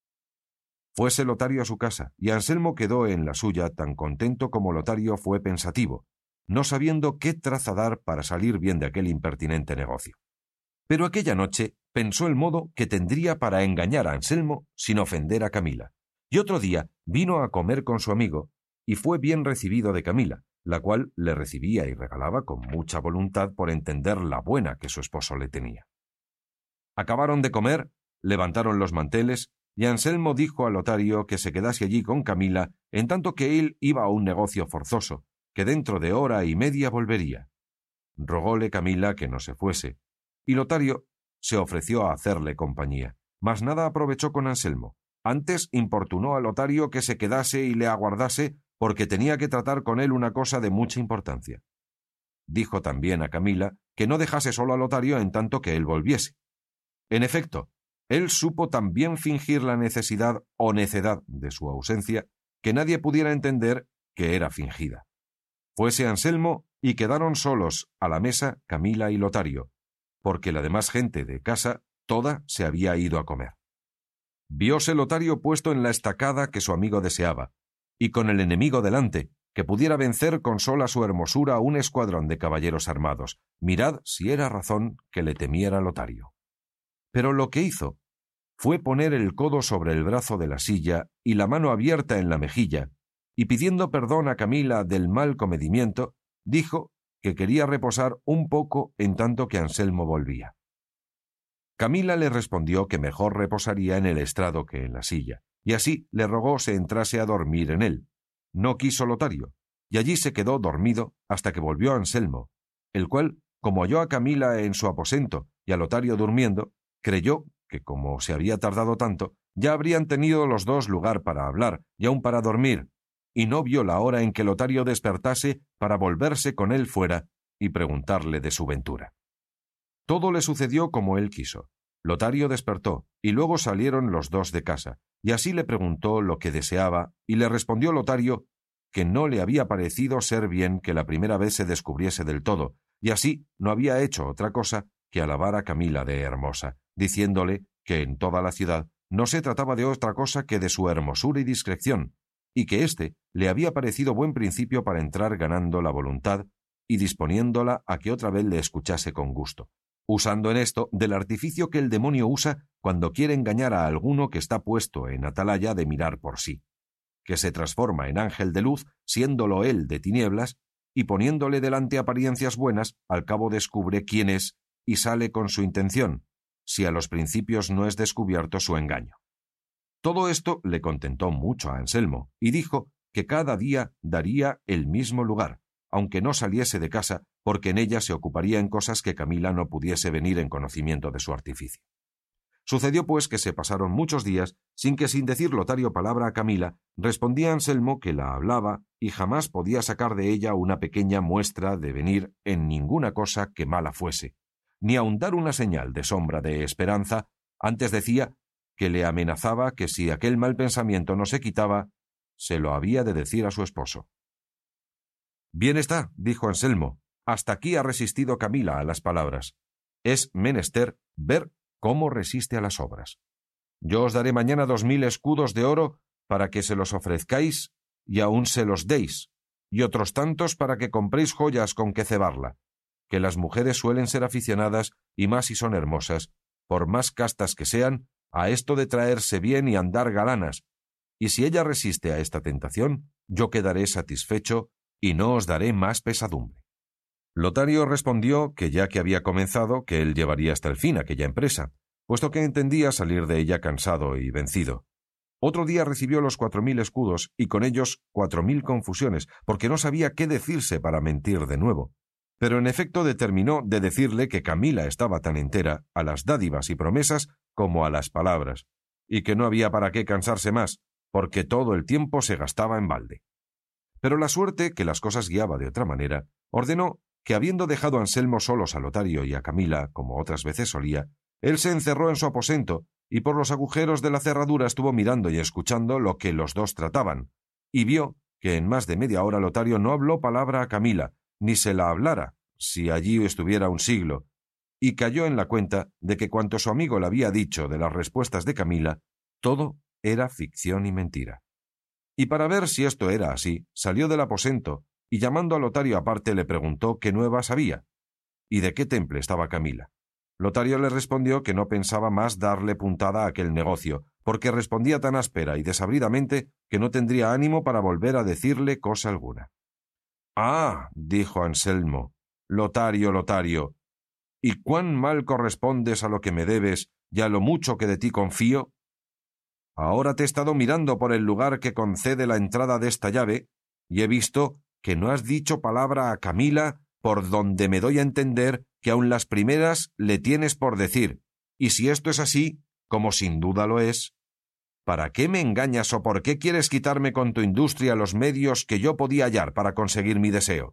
Speaker 3: Fuese Lotario a su casa, y Anselmo quedó en la suya tan contento como Lotario fue pensativo, no sabiendo qué traza dar para salir bien de aquel impertinente negocio. Pero aquella noche pensó el modo que tendría para engañar a Anselmo sin ofender a Camila, y otro día vino a comer con su amigo, y fue bien recibido de Camila, la cual le recibía y regalaba con mucha voluntad por entender la buena que su esposo le tenía. Acabaron de comer, levantaron los manteles, y Anselmo dijo a Lotario que se quedase allí con Camila, en tanto que él iba a un negocio forzoso, que dentro de hora y media volvería. Rogóle Camila que no se fuese, y Lotario se ofreció a hacerle compañía, mas nada aprovechó con Anselmo. Antes importunó a Lotario que se quedase y le aguardase, porque tenía que tratar con él una cosa de mucha importancia. Dijo también a Camila que no dejase solo a Lotario en tanto que él volviese. En efecto, él supo tan bien fingir la necesidad o necedad de su ausencia que nadie pudiera entender que era fingida. Fuese Anselmo y quedaron solos a la mesa Camila y Lotario, porque la demás gente de casa toda se había ido a comer. Vióse Lotario puesto en la estacada que su amigo deseaba, y con el enemigo delante, que pudiera vencer con sola su hermosura a un escuadrón de caballeros armados. Mirad si era razón que le temiera Lotario. Pero lo que hizo fue poner el codo sobre el brazo de la silla y la mano abierta en la mejilla, y pidiendo perdón a Camila del mal comedimiento, dijo que quería reposar un poco en tanto que Anselmo volvía. Camila le respondió que mejor reposaría en el estrado que en la silla, y así le rogó se entrase a dormir en él. No quiso Lotario, y allí se quedó dormido hasta que volvió Anselmo, el cual, como halló a Camila en su aposento y a Lotario durmiendo, creyó que, como se había tardado tanto, ya habrían tenido los dos lugar para hablar y aun para dormir, y no vio la hora en que Lotario despertase para volverse con él fuera y preguntarle de su ventura. Todo le sucedió como él quiso. Lotario despertó, y luego salieron los dos de casa, y así le preguntó lo que deseaba, y le respondió Lotario que no le había parecido ser bien que la primera vez se descubriese del todo, y así no había hecho otra cosa que alabar a Camila de hermosa, diciéndole que en toda la ciudad no se trataba de otra cosa que de su hermosura y discreción, y que éste le había parecido buen principio para entrar ganando la voluntad y disponiéndola a que otra vez le escuchase con gusto, usando en esto del artificio que el demonio usa cuando quiere engañar a alguno que está puesto en atalaya de mirar por sí, que se transforma en ángel de luz, siéndolo él de tinieblas, y poniéndole delante apariencias buenas, al cabo descubre quién es y sale con su intención, si a los principios no es descubierto su engaño. Todo esto le contentó mucho a Anselmo, y dijo que cada día daría el mismo lugar, aunque no saliese de casa, porque en ella se ocuparía en cosas que Camila no pudiese venir en conocimiento de su artificio. Sucedió pues que se pasaron muchos días sin decir Lotario palabra a Camila, respondía Anselmo que la hablaba y jamás podía sacar de ella una pequeña muestra de venir en ninguna cosa que mala fuese, ni aun dar una señal de sombra de esperanza. Antes decía que le amenazaba que si aquel mal pensamiento no se quitaba, se lo había de decir a su esposo. «Bien está», dijo Anselmo, «hasta aquí ha resistido Camila a las palabras. es menester ver cómo resiste a las obras. Yo os daré mañana 2000 escudos de oro para que se los ofrezcáis y aún se los deis, y otros tantos para que compréis joyas con que cebarla, que las mujeres suelen ser aficionadas, y más si son hermosas, por más castas que sean, a esto de traerse bien y andar galanas, y si ella resiste a esta tentación, yo quedaré satisfecho y no os daré más pesadumbre. Lotario respondió que ya que había comenzado, que él llevaría hasta el fin aquella empresa, puesto que entendía salir de ella cansado y vencido. Otro día recibió los 4000 escudos y con ellos 4000 confusiones, porque no sabía qué decirse para mentir de nuevo. Pero en efecto determinó de decirle que Camila estaba tan entera a las dádivas y promesas como a las palabras, y que no había para qué cansarse más, porque todo el tiempo se gastaba en balde. Pero la suerte, que las cosas guiaba de otra manera, ordenó que, habiendo dejado a Anselmo solos a Lotario y a Camila, como otras veces solía, él se encerró en su aposento y por los agujeros de la cerradura estuvo mirando y escuchando lo que los dos trataban, y vio que en más de media hora Lotario no habló palabra a Camila, ni se la hablara, si allí estuviera un siglo, y cayó en la cuenta de que cuanto su amigo le había dicho de las respuestas de Camila, todo era ficción y mentira. Y para ver si esto era así, salió del aposento, y llamando a Lotario aparte le preguntó qué nuevas había, y de qué temple estaba Camila. Lotario le respondió que no pensaba más darle puntada a aquel negocio, porque respondía tan áspera y desabridamente que no tendría ánimo para volver a decirle cosa alguna. «Ah», dijo Anselmo, «Lotario, Lotario, ¿y cuán mal correspondes a lo que me debes y a lo mucho que de ti confío? Ahora te he estado mirando por el lugar que concede la entrada de esta llave, y he visto que no has dicho palabra a Camila, por donde me doy a entender que aun las primeras le tienes por decir, y si esto es así, como sin duda lo es, ¿para qué me engañas o por qué quieres quitarme con tu industria los medios que yo podía hallar para conseguir mi deseo?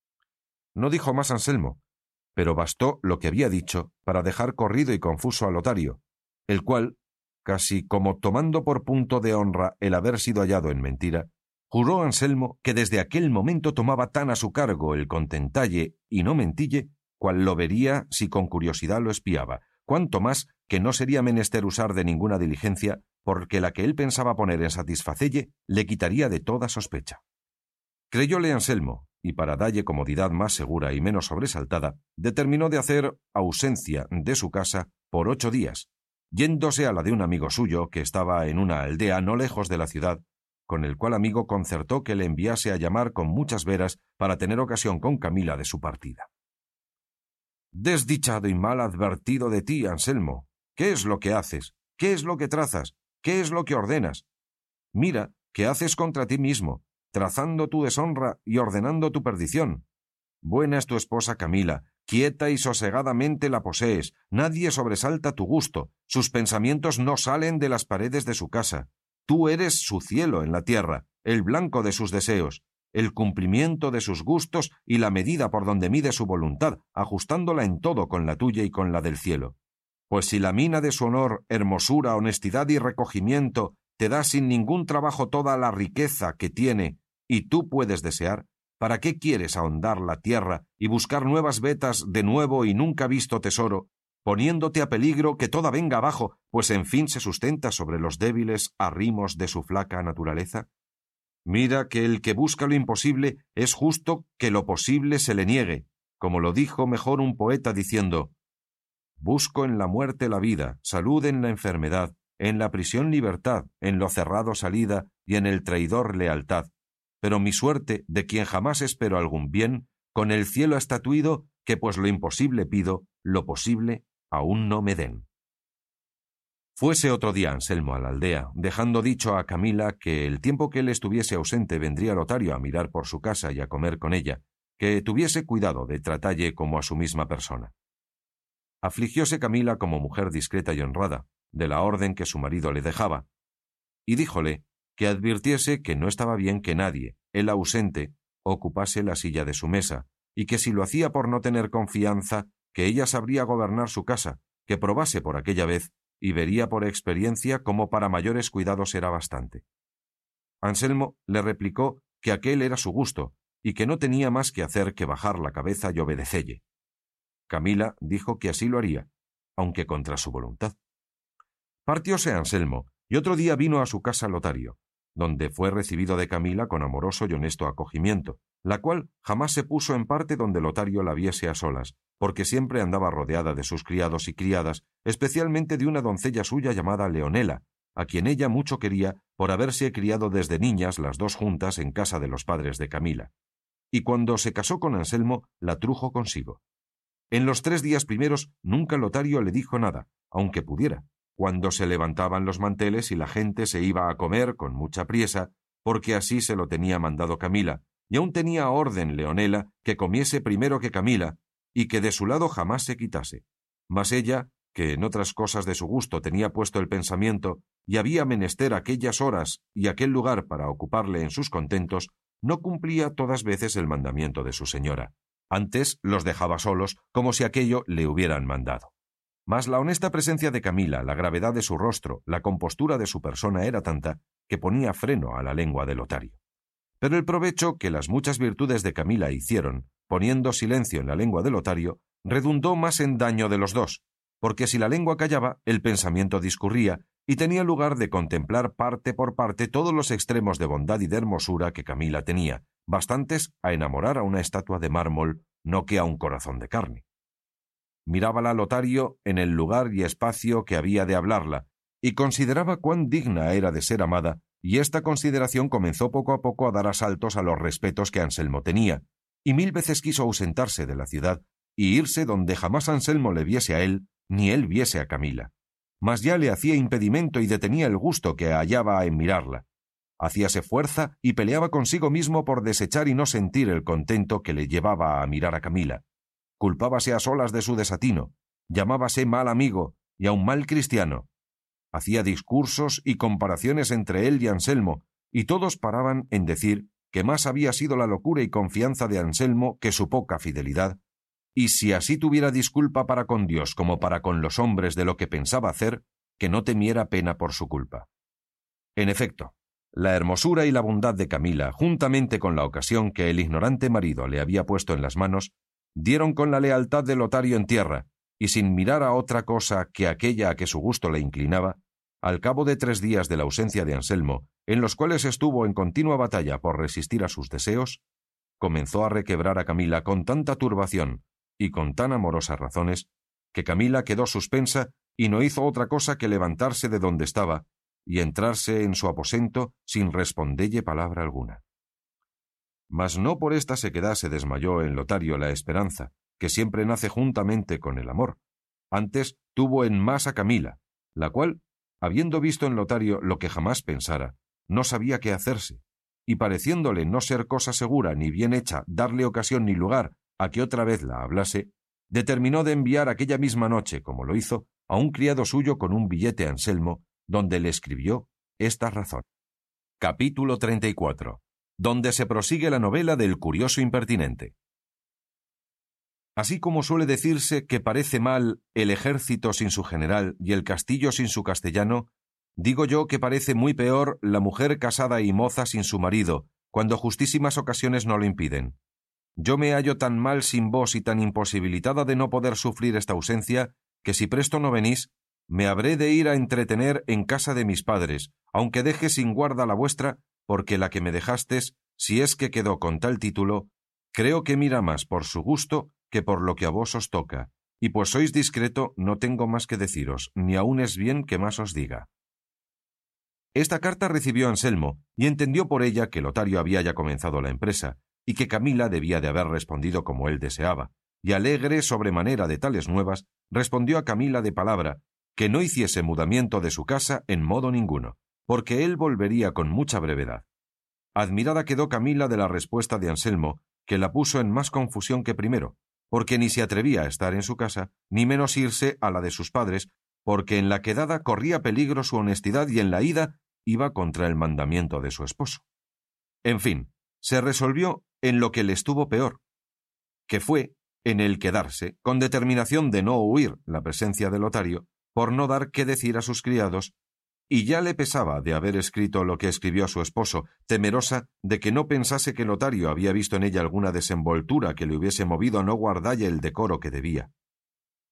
Speaker 3: No dijo más Anselmo, pero bastó lo que había dicho para dejar corrido y confuso a Lotario, el cual, casi como tomando por punto de honra el haber sido hallado en mentira, juró Anselmo que desde aquel momento tomaba tan a su cargo el contentalle y no mentille, cual lo vería si con curiosidad lo espiaba, cuanto más que no sería menester usar de ninguna diligencia, porque la que él pensaba poner en satisfacelle le quitaría de toda sospecha. Creyóle Anselmo, y para dalle comodidad más segura y menos sobresaltada, determinó de hacer ausencia de su casa por 8 días, yéndose a la de un amigo suyo que estaba en una aldea no lejos de la ciudad, con el cual amigo concertó que le enviase a llamar con muchas veras para tener ocasión con Camila de su partida. «Desdichado y mal advertido de ti, Anselmo, ¿qué es lo que haces? ¿Qué es lo que trazas? ¿Qué es lo que ordenas? Mira, ¿qué haces contra ti mismo, trazando tu deshonra y ordenando tu perdición? Buena es tu esposa Camila, quieta y sosegadamente la posees, nadie sobresalta tu gusto, sus pensamientos no salen de las paredes de su casa. Tú eres su cielo en la tierra, el blanco de sus deseos, el cumplimiento de sus gustos y la medida por donde mide su voluntad, ajustándola en todo con la tuya y con la del cielo. Pues si la mina de su honor, hermosura, honestidad y recogimiento te da sin ningún trabajo toda la riqueza que tiene y tú puedes desear, ¿para qué quieres ahondar la tierra y buscar nuevas vetas de nuevo y nunca visto tesoro, poniéndote a peligro que toda venga abajo, pues en fin se sustenta sobre los débiles arrimos de su flaca naturaleza? Mira que el que busca lo imposible es justo que lo posible se le niegue, como lo dijo mejor un poeta diciendo: «Busco en la muerte la vida, salud en la enfermedad, en la prisión libertad, en lo cerrado salida y en el traidor lealtad. Pero mi suerte, de quien jamás espero algún bien, con el cielo ha estatuido que pues lo imposible pido, lo posible aún no me den». Fuese otro día Anselmo a la aldea, dejando dicho a Camila que el tiempo que él estuviese ausente vendría Lotario a mirar por su casa y a comer con ella, que tuviese cuidado de tratalle como a su misma persona. Afligióse Camila como mujer discreta y honrada, de la orden que su marido le dejaba, y díjole que advirtiese que no estaba bien que nadie, él ausente, ocupase la silla de su mesa, y que si lo hacía por no tener confianza, que ella sabría gobernar su casa, que probase por aquella vez, y vería por experiencia cómo para mayores cuidados era bastante. Anselmo le replicó que aquel era su gusto, y que no tenía más que hacer que bajar la cabeza y obedecelle. Camila dijo que así lo haría, aunque contra su voluntad. Partióse Anselmo, y otro día vino a su casa Lotario, donde fue recibido de Camila con amoroso y honesto acogimiento, la cual jamás se puso en parte donde Lotario la viese a solas, porque siempre andaba rodeada de sus criados y criadas, especialmente de una doncella suya llamada Leonela, a quien ella mucho quería por haberse criado desde niñas las dos juntas en casa de los padres de Camila. Y cuando se casó con Anselmo, la trujo consigo. En los 3 días primeros nunca Lotario le dijo nada, aunque pudiera, cuando se levantaban los manteles y la gente se iba a comer con mucha priesa, porque así se lo tenía mandado Camila, y aún tenía orden Leonela que comiese primero que Camila, y que de su lado jamás se quitase. Mas ella, que en otras cosas de su gusto tenía puesto el pensamiento, y había menester aquellas horas y aquel lugar para ocuparle en sus contentos, no cumplía todas veces el mandamiento de su señora. Antes los dejaba solos, como si aquello le hubieran mandado. Mas la honesta presencia de Camila, la gravedad de su rostro, la compostura de su persona era tanta que ponía freno a la lengua de Lotario. Pero el provecho que las muchas virtudes de Camila hicieron, poniendo silencio en la lengua de Lotario, redundó más en daño de los dos, porque si la lengua callaba, el pensamiento discurría, y tenía lugar de contemplar parte por parte todos los extremos de bondad y de hermosura que Camila tenía, bastantes a enamorar a una estatua de mármol, no que a un corazón de carne. Mirábala Lotario en el lugar y espacio que había de hablarla, y consideraba cuán digna era de ser amada, y esta consideración comenzó poco a poco a dar asaltos a los respetos que Anselmo tenía, y 1000 veces quiso ausentarse de la ciudad y irse donde jamás Anselmo le viese a él, ni él viese a Camila. Mas ya le hacía impedimento y detenía el gusto que hallaba en mirarla. Hacíase fuerza y peleaba consigo mismo por desechar y no sentir el contento que le llevaba a mirar a Camila. Culpábase a solas de su desatino, llamábase mal amigo y aun mal cristiano. Hacía discursos y comparaciones entre él y Anselmo, y todos paraban en decir que más había sido la locura y confianza de Anselmo que su poca fidelidad, y si así tuviera disculpa para con Dios como para con los hombres de lo que pensaba hacer, que no temiera pena por su culpa. En efecto, la hermosura y la bondad de Camila, juntamente con la ocasión que el ignorante marido le había puesto en las manos, dieron con la lealtad de Lotario en tierra, y sin mirar a otra cosa que aquella a que su gusto le inclinaba, al cabo de 3 días de la ausencia de Anselmo, en los cuales estuvo en continua batalla por resistir a sus deseos, comenzó a requebrar a Camila con tanta turbación y con tan amorosas razones, que Camila quedó suspensa y no hizo otra cosa que levantarse de donde estaba y entrarse en su aposento sin respondelle palabra alguna. Mas no por esta sequedad se desmayó en Lotario la esperanza, que siempre nace juntamente con el amor. Antes tuvo en más a Camila, la cual, habiendo visto en Lotario lo que jamás pensara, no sabía qué hacerse, y pareciéndole no ser cosa segura ni bien hecha darle ocasión ni lugar a que otra vez la hablase, determinó de enviar aquella misma noche, como lo hizo, a un criado suyo con un billete a Anselmo, donde le escribió esta razón. Capítulo 34. Donde se prosigue la novela del curioso impertinente. Así como suele decirse que parece mal el ejército sin su general y el castillo sin su castellano, digo yo que parece muy peor la mujer casada y moza sin su marido, cuando justísimas ocasiones no lo impiden. Yo me hallo tan mal sin vos y tan imposibilitada de no poder sufrir esta ausencia, que si presto no venís, me habré de ir a entretener en casa de mis padres, aunque deje sin guarda la vuestra, porque la que me dejastes, si es que quedó con tal título, creo que mira más por su gusto que por lo que a vos os toca, y pues sois discreto, no tengo más que deciros, ni aun es bien que más os diga. Esta carta recibió Anselmo, y entendió por ella que Lotario había ya comenzado la empresa, y que Camila debía de haber respondido como él deseaba, y alegre sobremanera de tales nuevas, respondió a Camila de palabra, que no hiciese mudamiento de su casa en modo ninguno, porque él volvería con mucha brevedad. Admirada quedó Camila de la respuesta de Anselmo, que la puso en más confusión que primero, porque ni se atrevía a estar en su casa, ni menos irse a la de sus padres, porque en la quedada corría peligro su honestidad y en la ida iba contra el mandamiento de su esposo. En fin, se resolvió en lo que le estuvo peor, que fue en el quedarse, con determinación de no huir la presencia de Lotario, por no dar qué decir a sus criados, y ya le pesaba de haber escrito lo que escribió a su esposo, temerosa de que no pensase que Lotario había visto en ella alguna desenvoltura que le hubiese movido a no guardalle el decoro que debía.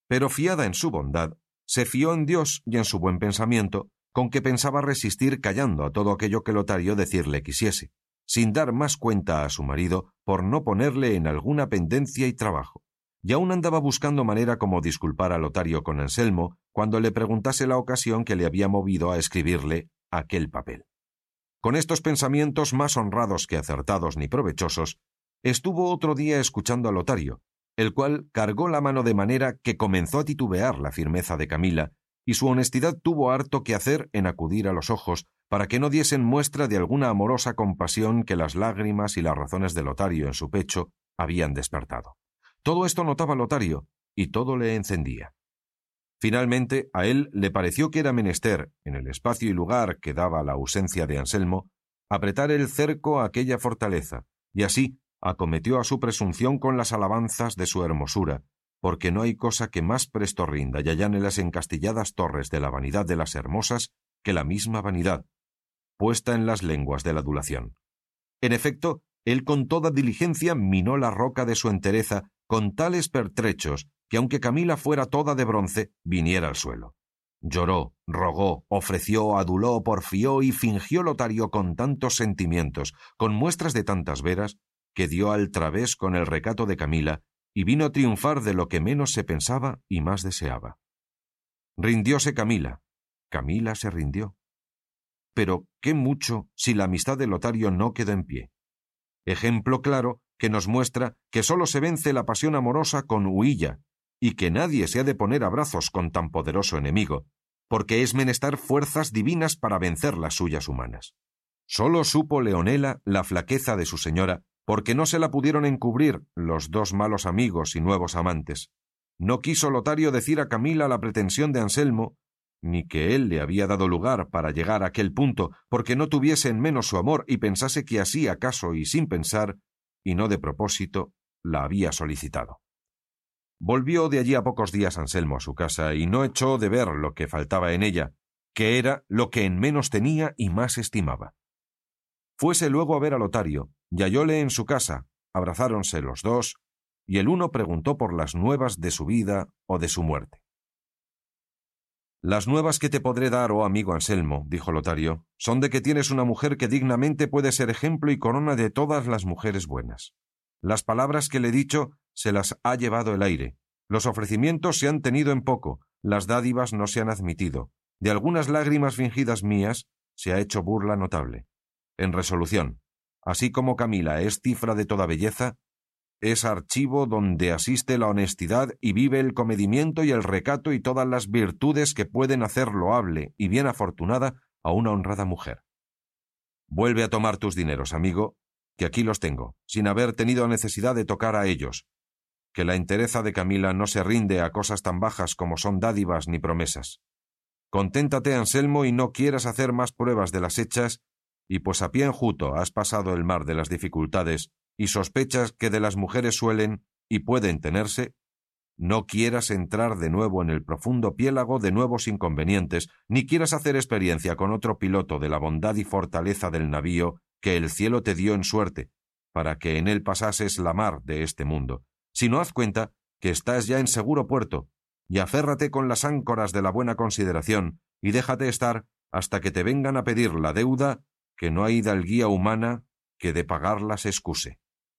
Speaker 3: pero fiada en su bondad, se fió en Dios y en su buen pensamiento, con que pensaba resistir callando a todo aquello que Lotario decirle quisiese, sin dar más cuenta a su marido por no ponerle en alguna pendencia y trabajo. Y aún andaba buscando manera como disculpar a Lotario con Anselmo cuando le preguntase la ocasión que le había movido a escribirle aquel papel. Con estos pensamientos más honrados que acertados ni provechosos, estuvo otro día escuchando a Lotario, el cual cargó la mano de manera que comenzó a titubear la firmeza de Camila, y su honestidad tuvo harto que hacer en acudir a los ojos para que no diesen muestra de alguna amorosa compasión que las lágrimas y las razones de Lotario en su pecho habían despertado. Todo esto notaba Lotario, y todo le encendía. Finalmente, a él le pareció que era menester, en el espacio y lugar que daba la ausencia de Anselmo, apretar el cerco a aquella fortaleza, y así acometió a su presunción con las alabanzas de su hermosura, porque no hay cosa que más presto rinda y allane las encastilladas torres de la vanidad de las hermosas que la misma vanidad, puesta en las lenguas de la adulación. En efecto, él con toda diligencia minó la roca de su entereza con tales pertrechos que aunque Camila fuera toda de bronce, viniera al suelo. Lloró, rogó, ofreció, aduló, porfió y fingió Lotario con tantos sentimientos, con muestras de tantas veras, que dio al través con el recato de Camila y vino a triunfar de lo que menos se pensaba y más deseaba. Rindióse Camila. Camila se rindió. Pero qué mucho si la amistad de Lotario no quedó en pie. Ejemplo claro que nos muestra que sólo se vence la pasión amorosa con huilla y que nadie se ha de poner a brazos con tan poderoso enemigo, porque es menester fuerzas divinas para vencer las suyas humanas. Sólo supo Leonela la flaqueza de su señora, porque no se la pudieron encubrir los dos malos amigos y nuevos amantes. No quiso Lotario decir a Camila la pretensión de Anselmo, ni que él le había dado lugar para llegar a aquel punto, porque no tuviese en menos su amor y pensase que así acaso y sin pensar, y no de propósito, la había solicitado. Volvió de allí a pocos días Anselmo a su casa y no echó de ver lo que faltaba en ella, que era lo que en menos tenía y más estimaba. Fuese luego a ver a Lotario, y hallóle en su casa, abrazáronse los dos, y el uno preguntó por las nuevas de su vida o de su muerte. «Las nuevas que te podré dar, oh amigo Anselmo», dijo Lotario, «son de que tienes una mujer que dignamente puede ser ejemplo y corona de todas las mujeres buenas. Las palabras que le he dicho se las ha llevado el aire, los ofrecimientos se han tenido en poco, las dádivas no se han admitido, de algunas lágrimas fingidas mías se ha hecho burla notable. En resolución, así como Camila es cifra de toda belleza, es archivo donde asiste la honestidad y vive el comedimiento y el recato y todas las virtudes que pueden hacer loable y bien afortunada a una honrada mujer. Vuelve a tomar tus dineros, amigo, que aquí los tengo, sin haber tenido necesidad de tocar a ellos, que la entereza de Camila no se rinde a cosas tan bajas como son dádivas ni promesas. Conténtate, Anselmo, y no quieras hacer más pruebas de las hechas, y pues a pie enjuto has pasado el mar de las dificultades y sospechas que de las mujeres suelen y pueden tenerse, no quieras entrar de nuevo en el profundo piélago de nuevos inconvenientes, ni quieras hacer experiencia con otro piloto de la bondad y fortaleza del navío que el cielo te dio en suerte, para que en él pasases la mar de este mundo, sino haz cuenta que estás ya en seguro puerto, y aférrate con las áncoras de la buena consideración, y déjate estar hasta que te vengan a pedir la deuda, que no hay hidalguía humana que de pagarla se excuse.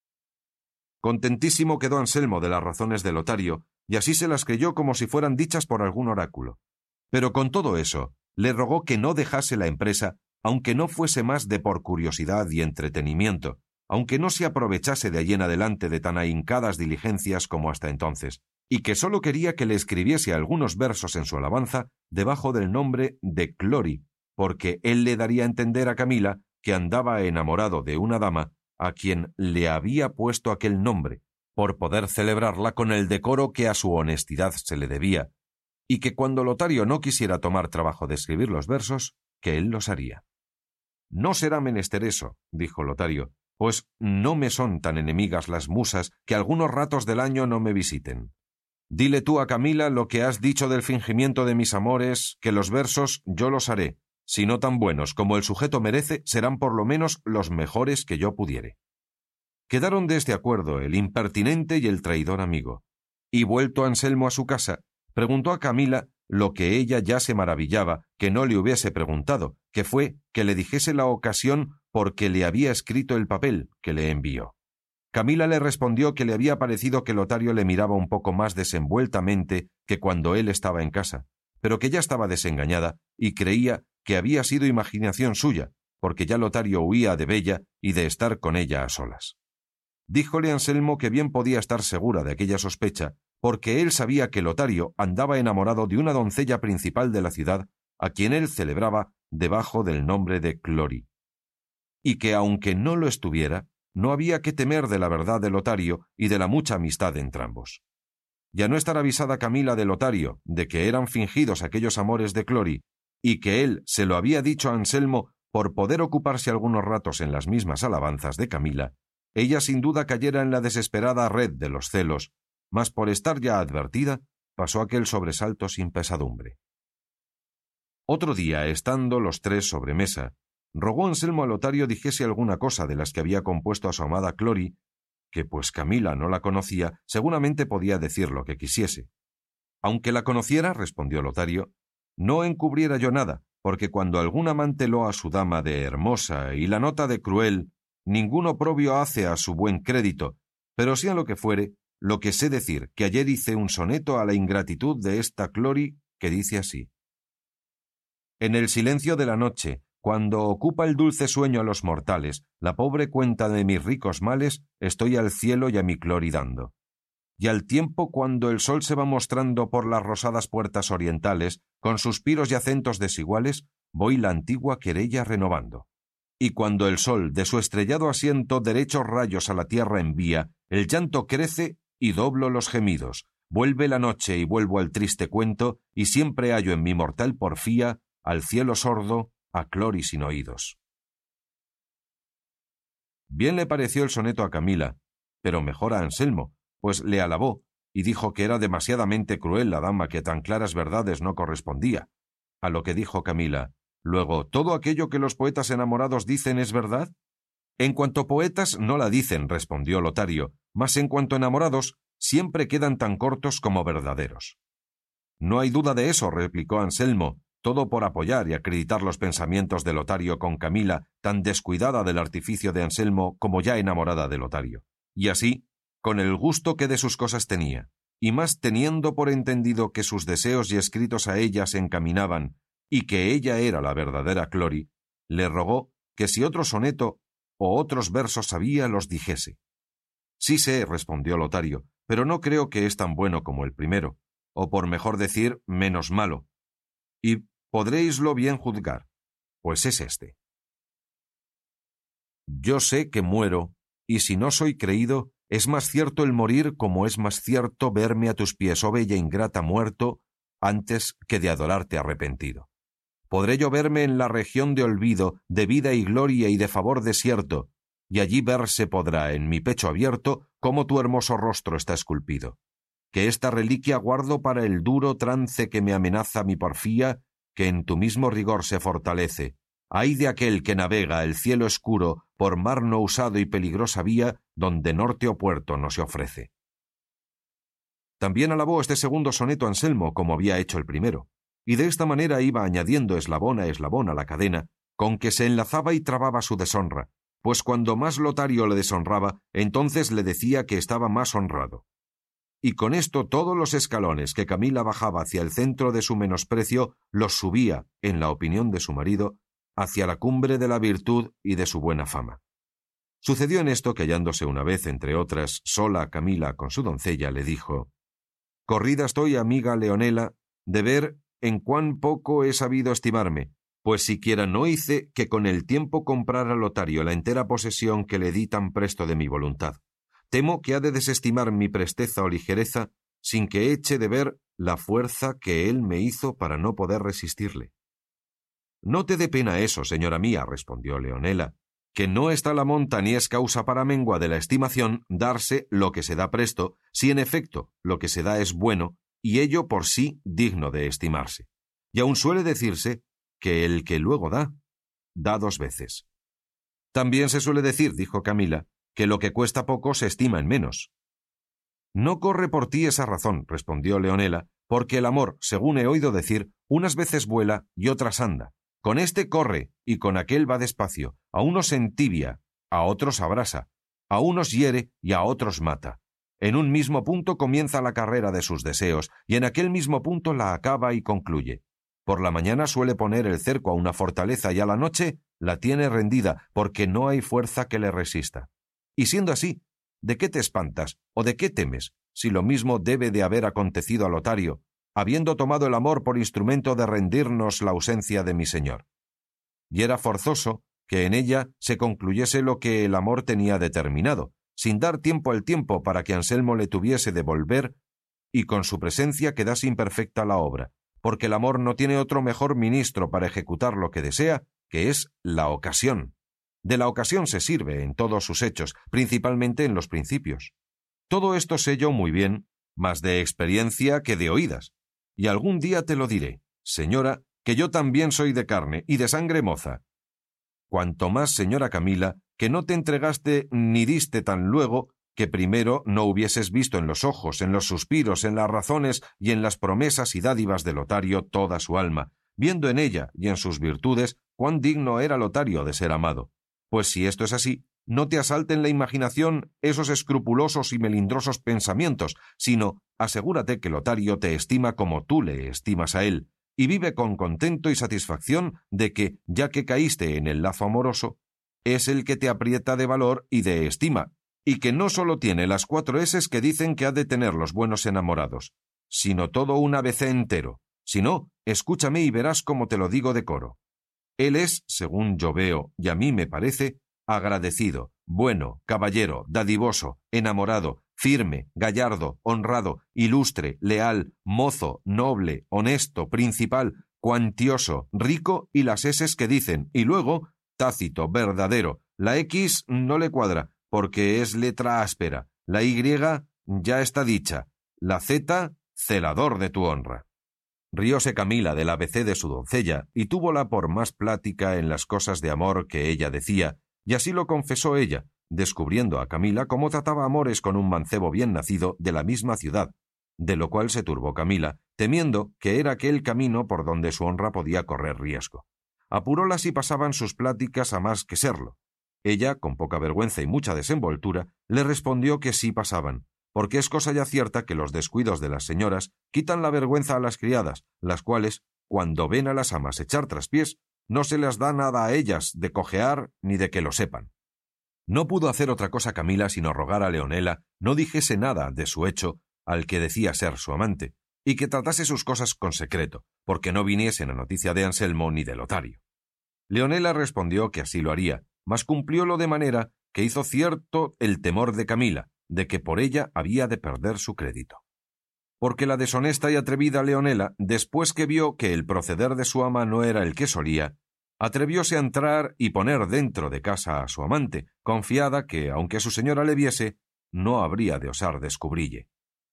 Speaker 3: Contentísimo quedó Anselmo de las razones de Lotario, y así se las creyó como si fueran dichas por algún oráculo. Pero con todo eso, le rogó que no dejase la empresa, aunque no fuese más de por curiosidad y entretenimiento, aunque no se aprovechase de allí en adelante de tan ahincadas diligencias como hasta entonces, y que sólo quería que le escribiese algunos versos en su alabanza debajo del nombre de Clori, porque él le daría a entender a Camila que andaba enamorado de una dama a quien le había puesto aquel nombre, por poder celebrarla con el decoro que a su honestidad se le debía, y que cuando Lotario no quisiera tomar trabajo de escribir los versos, que él los haría. «No será menester eso», dijo Lotario, «pues no me son tan enemigas las musas que algunos ratos del año no me visiten. Dile tú a Camila lo que has dicho del fingimiento de mis amores, que los versos yo los haré, si no tan buenos como el sujeto merece, serán por lo menos los mejores que yo pudiere». Quedaron de este acuerdo el impertinente y el traidor amigo, y vuelto Anselmo a su casa, Preguntó a Camila lo que ella ya se maravillaba que no le hubiese preguntado, que fue que le dijese la ocasión por que le había escrito el papel que le envió. Camila le respondió que le había parecido que Lotario le miraba un poco más desenvueltamente que cuando él estaba en casa, pero que ya estaba desengañada y creía que había sido imaginación suya, porque ya Lotario huía de Bella y de estar con ella a solas. Díjole Anselmo que bien podía estar segura de aquella sospecha, porque él sabía que Lotario andaba enamorado de una doncella principal de la ciudad, a quien él celebraba debajo del nombre de Clori, y que aunque no lo estuviera, no había que temer de la verdad de Lotario y de la mucha amistad de entrambos. Y a no estar avisada Camila de Lotario de que eran fingidos aquellos amores de Clori, y que él se lo había dicho a Anselmo por poder ocuparse algunos ratos en las mismas alabanzas de Camila, ella sin duda cayera en la desesperada red de los celos, mas por estar ya advertida, pasó aquel sobresalto sin pesadumbre. Otro día, estando los tres sobre mesa, rogó Anselmo a Lotario dijese alguna cosa de las que había compuesto a su amada Clori, que pues Camila no la conocía, seguramente podía decir lo que quisiese. Aunque la conociera, respondió Lotario, no encubriera yo nada, porque cuando algún amante loa a su dama de hermosa y la nota de cruel, ningún oprobio hace a su buen crédito, pero sea lo que fuere, lo que sé decir, que ayer hice un soneto a la ingratitud de esta Clori, que dice así: En el silencio de la noche, cuando ocupa el dulce sueño a los mortales, la pobre cuenta de mis ricos males, estoy al cielo y a mi Clori dando. Y al tiempo cuando el sol se va mostrando por las rosadas puertas orientales, con suspiros y acentos desiguales, voy la antigua querella renovando. Y cuando el sol de su estrellado asiento derechos rayos a la tierra envía, el llanto crece y doblo los gemidos. Vuelve la noche y vuelvo al triste cuento, y siempre hallo en mi mortal porfía al cielo sordo, a Clori sin oídos. Bien le pareció el soneto a Camila, pero mejor a Anselmo, pues le alabó y dijo que era demasiadamente cruel la dama que tan claras verdades no correspondía. A lo que dijo Camila: Luego, ¿todo aquello que los poetas enamorados dicen es verdad? En cuanto poetas no la dicen, respondió Lotario, mas en cuanto enamorados, siempre quedan tan cortos como verdaderos. No hay duda de eso, replicó Anselmo, todo por apoyar y acreditar los pensamientos de Lotario con Camila, tan descuidada del artificio de Anselmo como ya enamorada de Lotario. Y así, con el gusto que de sus cosas tenía, y más teniendo por entendido que sus deseos y escritos a ella se encaminaban, y que ella era la verdadera Clori, le rogó que si otro soneto o otros versos sabía, los dijese. Sí sé, respondió Lotario, pero no creo que es tan bueno como el primero, o por mejor decir, menos malo. Y podréislo bien juzgar, pues es este. Yo sé que muero, y si no soy creído, es más cierto el morir como es más cierto verme a tus pies, oh bella ingrata, muerto, antes que de adorarte arrepentido. Podré yo verme en la región de olvido, de vida y gloria y de favor desierto, y allí verse podrá, en mi pecho abierto, cómo tu hermoso rostro está esculpido. Que esta reliquia guardo para el duro trance que me amenaza mi porfía, que en tu mismo rigor se fortalece. Ay de aquel que navega el cielo oscuro por mar no usado y peligrosa vía, donde norte o puerto no se ofrece. También alabó este segundo soneto Anselmo, como había hecho el primero, y de esta manera iba añadiendo eslabón a la cadena, con que se enlazaba y trababa su deshonra, pues cuando más Lotario le deshonraba, entonces le decía que estaba más honrado. Y con esto todos los escalones que Camila bajaba hacia el centro de su menosprecio los subía, en la opinión de su marido, hacia la cumbre de la virtud y de su buena fama. Sucedió en esto que, hallándose una vez, entre otras, sola Camila con su doncella, le dijo: Corrida estoy, amiga Leonela, de ver en cuán poco he sabido estimarme, pues siquiera no hice que con el tiempo comprara Lotario la entera posesión que le di tan presto de mi voluntad. Temo que ha de desestimar mi presteza o ligereza sin que eche de ver la fuerza que él me hizo para no poder resistirle. No te dé pena eso, señora mía, respondió Leonela, que no está la monta ni es causa para mengua de la estimación darse lo que se da presto, si en efecto lo que se da es bueno, y ello por sí digno de estimarse. Y aun suele decirse que el que luego da, da dos veces. También se suele decir, dijo Camila, que lo que cuesta poco se estima en menos. No corre por ti esa razón, respondió Leonela, porque el amor, según he oído decir, unas veces vuela y otras anda. Con este corre y con aquel va despacio, a unos entibia, a otros abrasa, a unos hiere y a otros mata. En un mismo punto comienza la carrera de sus deseos y en aquel mismo punto la acaba y concluye. Por la mañana suele poner el cerco a una fortaleza y a la noche la tiene rendida porque no hay fuerza que le resista. Y siendo así, ¿de qué te espantas o de qué temes si lo mismo debe de haber acontecido a Lotario, habiendo tomado el amor por instrumento de rendirnos la ausencia de mi señor? Y era forzoso que en ella se concluyese lo que el amor tenía determinado, sin dar tiempo al tiempo para que Anselmo le tuviese de volver y con su presencia quedase imperfecta la obra, porque el amor no tiene otro mejor ministro para ejecutar lo que desea, que es la ocasión. De la ocasión se sirve en todos sus hechos, principalmente en los principios. Todo esto sé yo muy bien, más de experiencia que de oídas, y algún día te lo diré, señora, que yo también soy de carne y de sangre moza. Cuanto más, señora Camila, que no te entregaste ni diste tan luego que primero no hubieses visto en los ojos, en los suspiros, en las razones y en las promesas y dádivas de Lotario toda su alma, viendo en ella y en sus virtudes cuán digno era Lotario de ser amado. Pues si esto es así, no te asalten la imaginación esos escrupulosos y melindrosos pensamientos, sino asegúrate que Lotario te estima como tú le estimas a él, y vive con contento y satisfacción de que, ya que caíste en el lazo amoroso, es el que te aprieta de valor y de estima, y que no sólo tiene las 4 eses que dicen que ha de tener los buenos enamorados, sino todo un ABC entero. Si no, escúchame y verás cómo te lo digo de coro. Él es, según yo veo, y a mí me parece, agradecido, bueno, caballero, dadivoso, enamorado, firme, gallardo, honrado, ilustre, leal, mozo, noble, honesto, principal, cuantioso, rico y las eses que dicen, y luego, tácito, verdadero. La X no le cuadra, porque es letra áspera. La Y ya está dicha. La Z, celador de tu honra. Rióse Camila del ABC de su doncella y túvola por más plática en las cosas de amor que ella decía, y así lo confesó ella, descubriendo a Camila cómo trataba amores con un mancebo bien nacido de la misma ciudad, de lo cual se turbó Camila, temiendo que era aquel camino por donde su honra podía correr riesgo. Apuróla si pasaban sus pláticas a más que serlo. Ella, con poca vergüenza y mucha desenvoltura, le respondió que sí pasaban, porque es cosa ya cierta que los descuidos de las señoras quitan la vergüenza a las criadas, las cuales, cuando ven a las amas echar traspiés, no se les da nada a ellas de cojear ni de que lo sepan. No pudo hacer otra cosa Camila sino rogar a Leonela no dijese nada de su hecho al que decía ser su amante, y que tratase sus cosas con secreto, porque no viniesen a noticia de Anselmo ni de Lotario. Leonela respondió que así lo haría, mas cumpliólo de manera que hizo cierto el temor de Camila, de que por ella había de perder su crédito. Porque la deshonesta y atrevida Leonela, después que vio que el proceder de su ama no era el que solía, atrevióse a entrar y poner dentro de casa a su amante, confiada que, aunque su señora le viese, no habría de osar descubrille.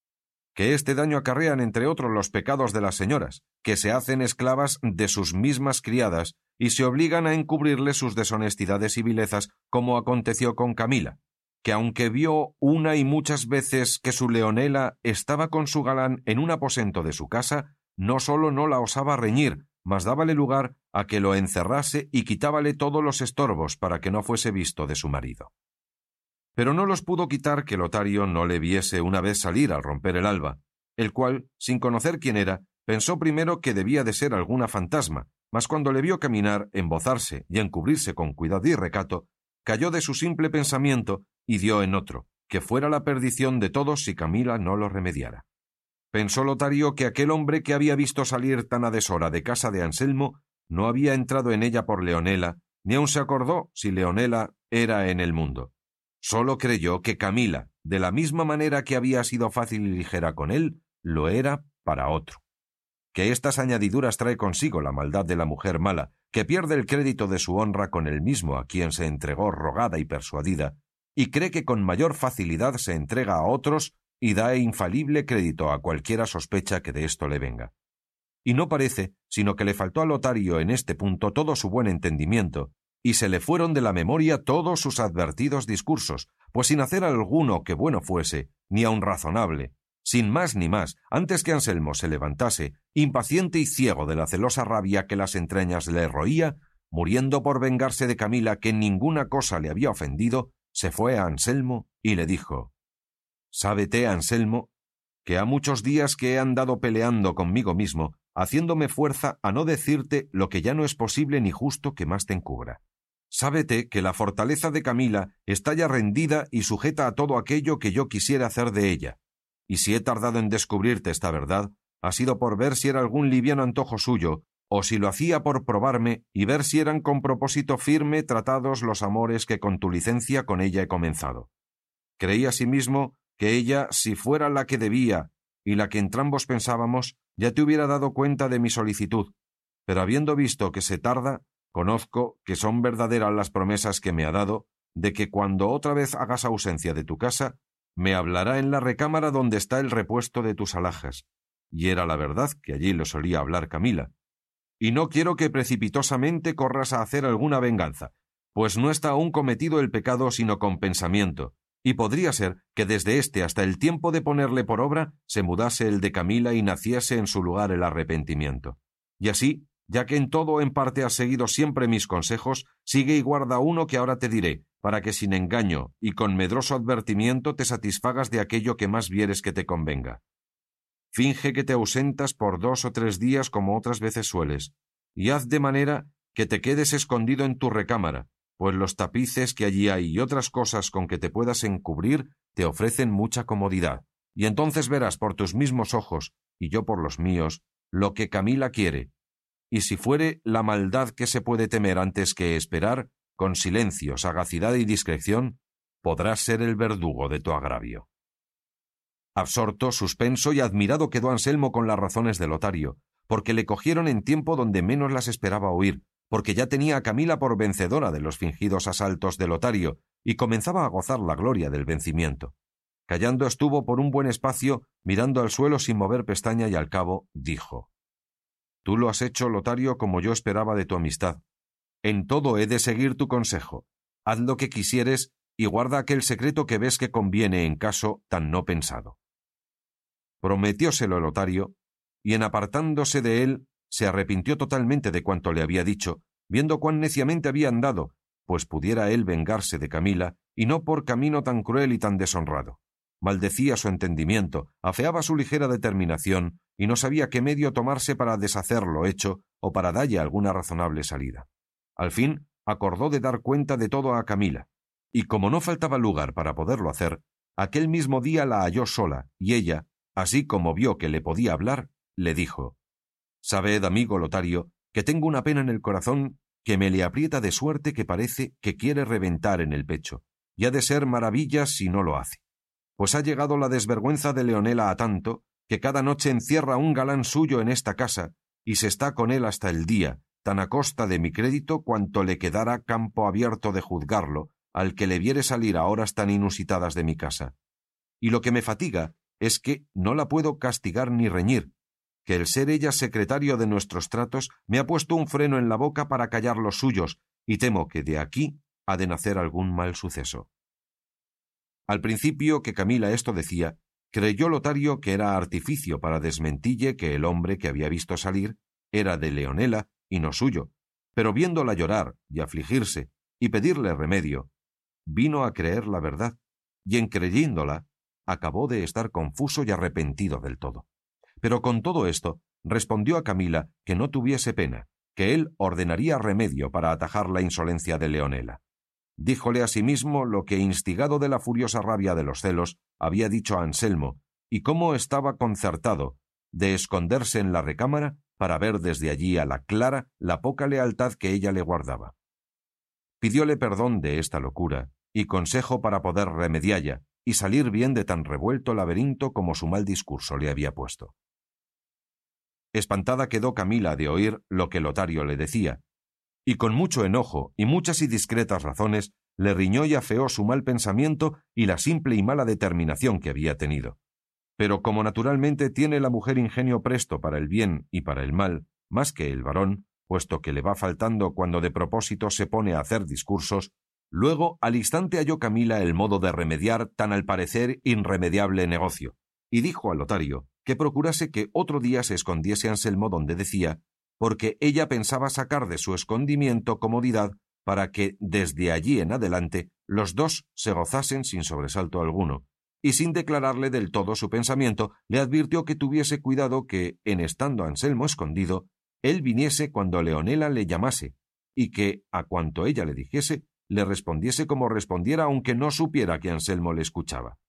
Speaker 3: Que este daño acarrean entre otros los pecados de las señoras, que se hacen esclavas de sus mismas criadas y se obligan a encubrirle sus deshonestidades y vilezas, como aconteció con Camila, que aunque vio una y muchas veces que su Leonela estaba con su galán en un aposento de su casa, no sólo no la osaba reñir, mas dábale lugar a que lo encerrase y quitábale todos los estorbos para que no fuese visto de su marido. Pero no los pudo quitar que Lotario no le viese una vez salir al romper el alba, el cual, sin conocer quién era, pensó primero que debía de ser alguna fantasma, mas cuando le vio caminar, embozarse y encubrirse con cuidado y recato, cayó de su simple pensamiento y dio en otro, que fuera la perdición de todos si Camila no lo remediara. Pensó Lotario que aquel hombre que había visto salir tan a deshora de casa de Anselmo no había entrado en ella por Leonela, ni aun se acordó si Leonela era en el mundo. Solo creyó que Camila, de la misma manera que había sido fácil y ligera con él, lo era para otro. Que estas añadiduras trae consigo la maldad de la mujer mala, que pierde el crédito de su honra con el mismo a quien se entregó rogada y persuadida, y cree que con mayor facilidad se entrega a otros y da infalible crédito a cualquiera sospecha que de esto le venga. Y no parece, sino que le faltó a Lotario en este punto todo su buen entendimiento, y se le fueron de la memoria todos sus advertidos discursos, pues sin hacer alguno que bueno fuese, ni aun razonable, Sin más ni más, antes que Anselmo se levantase, impaciente y ciego de la celosa rabia que las entrañas le roía, muriendo por vengarse de Camila, que en ninguna cosa le había ofendido, se fue a Anselmo y le dijo: «Sábete, Anselmo, que ha muchos días que he andado peleando conmigo mismo, haciéndome fuerza a no decirte lo que ya no es posible ni justo que más te encubra. Sábete que la fortaleza de Camila está ya rendida y sujeta a todo aquello que yo quisiera hacer de ella, y si he tardado en descubrirte esta verdad, ha sido por ver si era algún liviano antojo suyo, o si lo hacía por probarme y ver si eran con propósito firme tratados los amores que con tu licencia con ella he comenzado. Creí asimismo que ella, si fuera la que debía y la que entrambos pensábamos, ya te hubiera dado cuenta de mi solicitud, pero habiendo visto que se tarda, conozco que son verdaderas las promesas que me ha dado, de que cuando otra vez hagas ausencia de tu casa, me hablará en la recámara donde está el repuesto de tus alhajas, y era la verdad que allí lo solía hablar Camila. Y no quiero que precipitosamente corras a hacer alguna venganza, pues no está aún cometido el pecado sino con pensamiento, y podría ser que desde este hasta el tiempo de ponerle por obra se mudase el de Camila y naciese en su lugar el arrepentimiento. Y así, ya que en todo en parte has seguido siempre mis consejos, sigue y guarda uno que ahora te diré, para que sin engaño y con medroso advertimiento te satisfagas de aquello que más vieres que te convenga. Finge que te ausentas por 2 o 3 días como otras veces sueles, y haz de manera que te quedes escondido en tu recámara, pues los tapices que allí hay y otras cosas con que te puedas encubrir te ofrecen mucha comodidad, y entonces verás por tus mismos ojos, y yo por los míos, lo que Camila quiere, y si fuere la maldad que se puede temer antes que esperar, con silencio, sagacidad y discreción, podrás ser el verdugo de tu agravio». Absorto, suspenso y admirado quedó Anselmo con las razones de Lotario, porque le cogieron en tiempo donde menos las esperaba oír, porque ya tenía a Camila por vencedora de los fingidos asaltos de Lotario y comenzaba a gozar la gloria del vencimiento. Callando estuvo por un buen espacio, mirando al suelo sin mover pestaña y al cabo dijo: «Tú lo has hecho, Lotario, como yo esperaba de tu amistad. En todo he de seguir tu consejo. Haz lo que quisieres y guarda aquel secreto que ves que conviene en caso tan no pensado». Prometióselo Lotario, y en apartándose de él, se arrepintió totalmente de cuanto le había dicho, viendo cuán neciamente había andado, pues pudiera él vengarse de Camila, y no por camino tan cruel y tan deshonrado. Maldecía su entendimiento, afeaba su ligera determinación, y no sabía qué medio tomarse para deshacer lo hecho o para dalle alguna razonable salida. Al fin, acordó de dar cuenta de todo a Camila, y como no faltaba lugar para poderlo hacer, aquel mismo día la halló sola, y ella, así como vio que le podía hablar, le dijo: «Sabed, amigo Lotario, que tengo una pena en el corazón que me le aprieta de suerte que parece que quiere reventar en el pecho, y ha de ser maravillas si no lo hace. Pues ha llegado la desvergüenza de Leonela a tanto que cada noche encierra un galán suyo en esta casa y se está con él hasta el día, tan a costa de mi crédito cuanto le quedara campo abierto de juzgarlo al que le viere salir a horas tan inusitadas de mi casa. Y lo que me fatiga es que no la puedo castigar ni reñir, que el ser ella secretario de nuestros tratos me ha puesto un freno en la boca para callar los suyos, y temo que de aquí ha de nacer algún mal suceso». Al principio que Camila esto decía, creyó Lotario que era artificio para desmentille que el hombre que había visto salir era de Leonela y no suyo, pero viéndola llorar y afligirse y pedirle remedio, vino a creer la verdad, y en creyéndola, acabó de estar confuso y arrepentido del todo. Pero con todo esto, respondió a Camila que no tuviese pena, que él ordenaría remedio para atajar la insolencia de Leonela. Díjole asimismo lo que, instigado de la furiosa rabia de los celos, había dicho a Anselmo, y cómo estaba concertado de esconderse en la recámara para ver desde allí a la clara la poca lealtad que ella le guardaba. Pidióle perdón de esta locura y consejo para poder remedialla y salir bien de tan revuelto laberinto como su mal discurso le había puesto. Espantada quedó Camila de oír lo que Lotario le decía, y con mucho enojo y muchas y discretas razones le riñó y afeó su mal pensamiento y la simple y mala determinación que había tenido. Pero como naturalmente tiene la mujer ingenio presto para el bien y para el mal, más que el varón, puesto que le va faltando cuando de propósito se pone a hacer discursos, luego al instante halló Camila el modo de remediar tan al parecer irremediable negocio, y dijo a Lotario que procurase que otro día se escondiese Anselmo donde decía, porque ella pensaba sacar de su escondimiento comodidad para que desde allí en adelante los dos se gozasen sin sobresalto alguno, y sin declararle del todo su pensamiento, le advirtió que tuviese cuidado que, en estando Anselmo escondido, él viniese cuando Leonela le llamase, y que, a cuanto ella le dijese, le respondiese como respondiera aunque no supiera que Anselmo le escuchaba.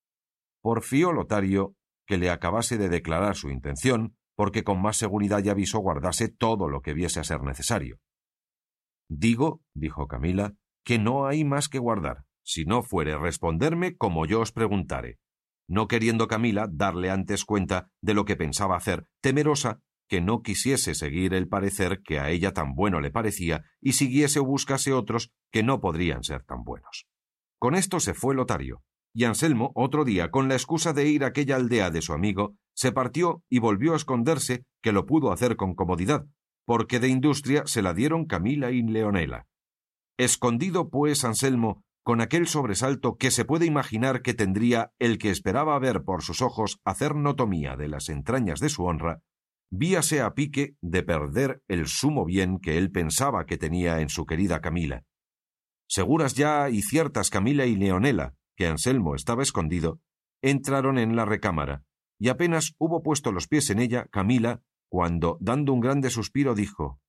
Speaker 3: Porfió Lotario que le acabase de declarar su intención, porque con más seguridad y aviso guardase todo lo que viese a ser necesario. Digo, dijo Camila, que no hay más que guardar, si no fuere responderme como yo os preguntare, no queriendo Camila darle antes cuenta de lo que pensaba hacer, temerosa que no quisiese seguir el parecer que a ella tan bueno le parecía y siguiese o buscase otros que no podrían ser tan buenos. Con esto se fue Lotario, y Anselmo, otro día, con la excusa de ir a aquella aldea de su amigo, se partió y volvió a esconderse, que lo pudo hacer con comodidad, porque de industria se la dieron Camila y Leonela. Escondido, pues, Anselmo, con aquel sobresalto que se puede imaginar que tendría el que esperaba ver por sus ojos hacer notomía de las entrañas de su honra, víase a pique de perder el sumo bien que él pensaba que tenía en su querida Camila. Seguras ya y ciertas Camila y Leonela, que Anselmo estaba escondido, entraron en la recámara, y apenas hubo puesto los pies en ella, Camila, cuando, dando un grande suspiro, dijo: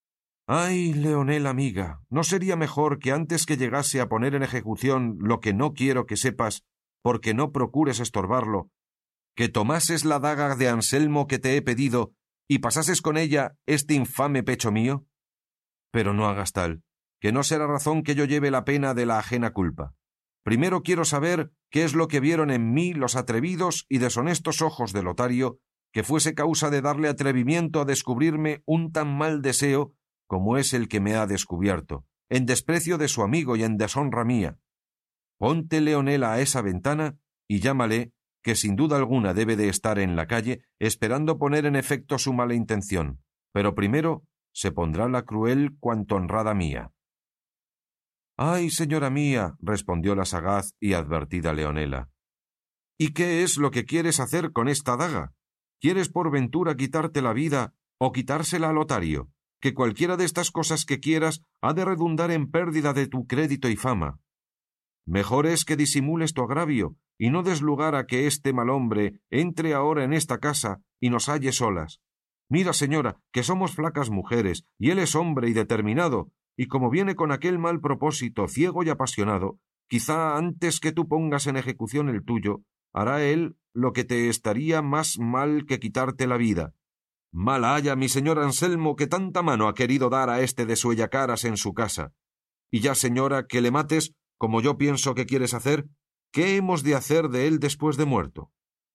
Speaker 3: «Ay, Leonela, amiga, ¿no sería mejor que antes que llegase a poner en ejecución lo que no quiero que sepas, porque no procures estorbarlo, que tomases la daga de Anselmo que te he pedido y pasases con ella este infame pecho mío? Pero no hagas tal, que no será razón que yo lleve la pena de la ajena culpa. Primero quiero saber qué es lo que vieron en mí los atrevidos y deshonestos ojos de Lotario, que fuese causa de darle atrevimiento a descubrirme un tan mal deseo como es el que me ha descubierto, en desprecio de su amigo y en deshonra mía. Ponte, Leonela, a esa ventana y llámale, que sin duda alguna debe de estar en la calle, esperando poner en efecto su mala intención, pero primero se pondrá la cruel cuanto honrada mía». «Ay, señora mía», respondió la sagaz y advertida Leonela, «¿y qué es lo que quieres hacer con esta daga? ¿Quieres por ventura quitarte la vida o quitársela a Lotario, que cualquiera de estas cosas que quieras ha de redundar en pérdida de tu crédito y fama? Mejor es que disimules tu agravio y no des lugar a que este mal hombre entre ahora en esta casa y nos halle solas. Mira, señora, que somos flacas mujeres, y él es hombre y determinado, y como viene con aquel mal propósito ciego y apasionado, quizá antes que tú pongas en ejecución el tuyo, hará él lo que te estaría más mal que quitarte la vida. Mal haya mi señor Anselmo que tanta mano ha querido dar a este desuellacaras en su casa. Y ya, señora, que le mates, como yo pienso que quieres hacer, ¿qué hemos de hacer de él después de muerto?»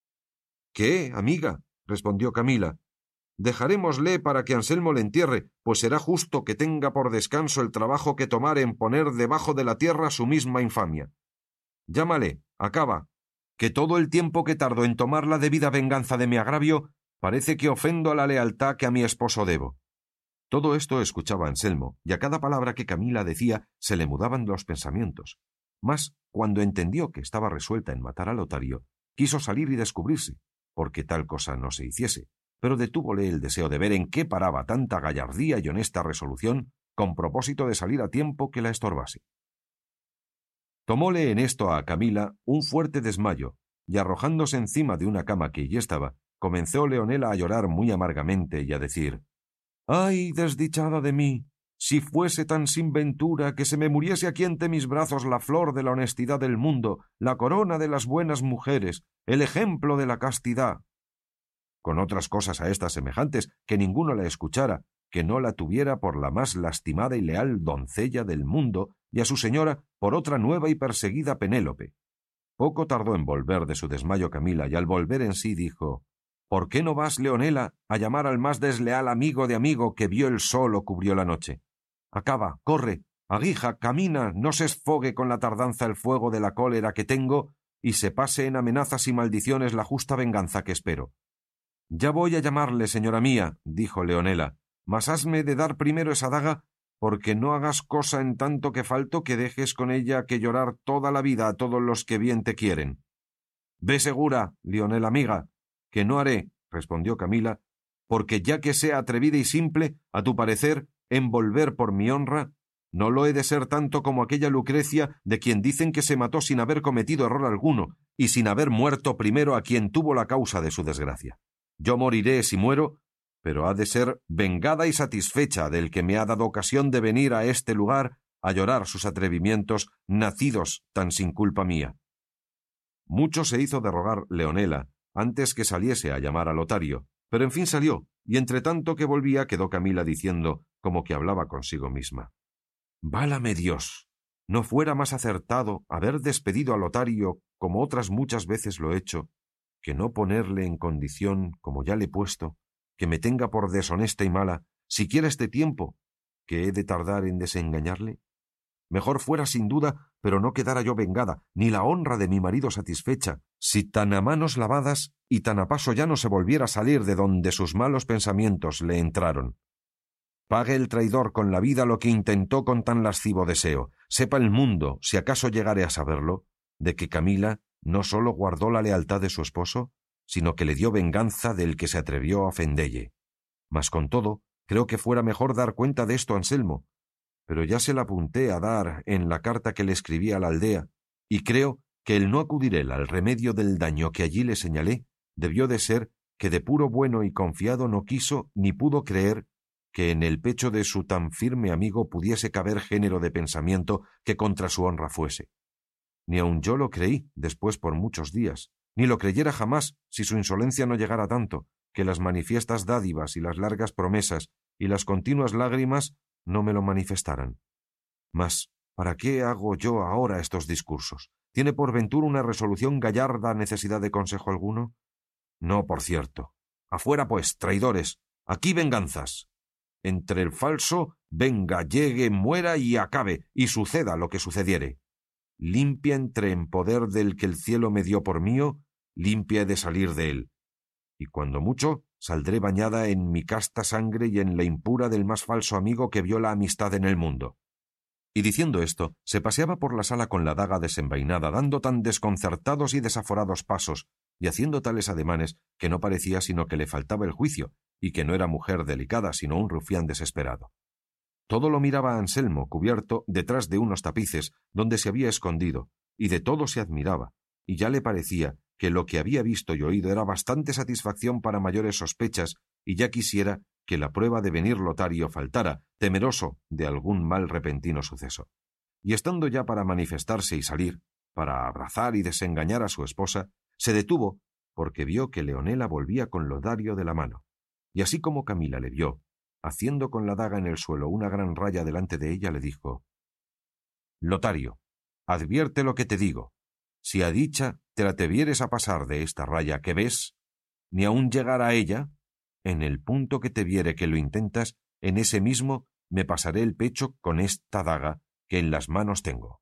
Speaker 3: «¿Qué, amiga?», respondió Camila. «Dejarémosle para que Anselmo le entierre, pues será justo que tenga por descanso el trabajo que tomar en poner debajo de la tierra su misma infamia. Llámale, acaba, que todo el tiempo que tardo en tomar la debida venganza de mi agravio, parece que ofendo a la lealtad que a mi esposo debo». Todo esto escuchaba Anselmo, y a cada palabra que Camila decía se le mudaban los pensamientos. Mas, cuando entendió que estaba resuelta en matar a Lotario, quiso salir y descubrirse, porque tal cosa no se hiciese, pero detúvole el deseo de ver en qué paraba tanta gallardía y honesta resolución, con propósito de salir a tiempo que la estorbase. Tomóle en esto a Camila un fuerte desmayo, y arrojándose encima de una cama que allí estaba, comenzó Leonela a llorar muy amargamente y a decir: «Ay, desdichada de mí, si fuese tan sin ventura que se me muriese aquí ante mis brazos la flor de la honestidad del mundo, la corona de las buenas mujeres, el ejemplo de la castidad». Con otras cosas a estas semejantes, que ninguno la escuchara, que no la tuviera por la más lastimada y leal doncella del mundo, y a su señora por otra nueva y perseguida Penélope. Poco tardó en volver de su desmayo Camila, y al volver en sí dijo: «¿Por qué no vas, Leonela, a llamar al más desleal amigo de amigo que vio el sol o cubrió la noche? Acaba, corre, aguija, camina, no se esfogue con la tardanza el fuego de la cólera que tengo, y se pase en amenazas y maldiciones la justa venganza que espero». «Ya voy a llamarle, señora mía», dijo Leonela, «mas hasme de dar primero esa daga, porque no hagas cosa en tanto que falto que dejes con ella que llorar toda la vida a todos los que bien te quieren». Ve segura, Lionel amiga, que no haré, respondió Camila, porque ya que sea atrevida y simple, a tu parecer, envolver por mi honra, no lo he de ser tanto como aquella Lucrecia de quien dicen que se mató sin haber cometido error alguno y sin haber muerto primero a quien tuvo la causa de su desgracia. Yo moriré si muero, pero ha de ser vengada y satisfecha del que me ha dado ocasión de venir a este lugar a llorar sus atrevimientos nacidos tan sin culpa mía. Mucho se hizo de rogar Leonela antes que saliese a llamar a Lotario, pero en fin salió, y entre tanto que volvía quedó Camila diciendo, como que hablaba consigo misma: «Válame Dios, no fuera más acertado haber despedido a Lotario, como otras muchas veces lo he hecho, que no ponerle en condición, como ya le he puesto, que me tenga por deshonesta y mala, siquiera este tiempo, que he de tardar en desengañarle. Mejor fuera sin duda, pero no quedara yo vengada, ni la honra de mi marido satisfecha, si tan a manos lavadas y tan a paso ya no se volviera a salir de donde sus malos pensamientos le entraron. Pague el traidor con la vida lo que intentó con tan lascivo deseo. Sepa el mundo, si acaso llegare a saberlo, de que Camila no sólo guardó la lealtad de su esposo, sino que le dio venganza del que se atrevió a ofendelle. Mas con todo, creo que fuera mejor dar cuenta de esto a Anselmo, pero ya se la apunté a dar en la carta que le escribí a la aldea, y creo que el no acudir él al remedio del daño que allí le señalé debió de ser que de puro bueno y confiado no quiso ni pudo creer que en el pecho de su tan firme amigo pudiese caber género de pensamiento que contra su honra fuese. Ni aun yo lo creí después por muchos días, ni lo creyera jamás si su insolencia no llegara tanto, que las manifiestas dádivas y las largas promesas y las continuas lágrimas no me lo manifestaran. Mas, ¿para qué hago yo ahora estos discursos? ¿Tiene por ventura una resolución gallarda necesidad de consejo alguno? No, por cierto. Afuera, pues, traidores, aquí venganzas. Entre el falso, venga, llegue, muera y acabe, y suceda lo que sucediere. Limpia entre en poder del que el cielo me dio por mío, limpia he de salir de él. Y cuando mucho, saldré bañada en mi casta sangre y en la impura del más falso amigo que vio la amistad en el mundo». Y diciendo esto, se paseaba por la sala con la daga desenvainada, dando tan desconcertados y desaforados pasos, y haciendo tales ademanes que no parecía sino que le faltaba el juicio, y que no era mujer delicada, sino un rufián desesperado. Todo lo miraba Anselmo, cubierto, detrás de unos tapices, donde se había escondido, y de todo se admiraba, y ya le parecía que lo que había visto y oído era bastante satisfacción para mayores sospechas, y ya quisiera que la prueba de venir Lotario faltara, temeroso de algún mal repentino suceso. Y estando ya para manifestarse y salir, para abrazar y desengañar a su esposa, se detuvo, porque vio que Leonela volvía con Lotario de la mano, y así como Camila le vio, haciendo con la daga en el suelo una gran raya delante de ella, le dijo: «Lotario, advierte lo que te digo. Si a dicha te atrevieres a pasar de esta raya que ves, ni aun llegar a ella, en el punto que te viere que lo intentas, en ese mismo me pasaré el pecho con esta daga que en las manos tengo.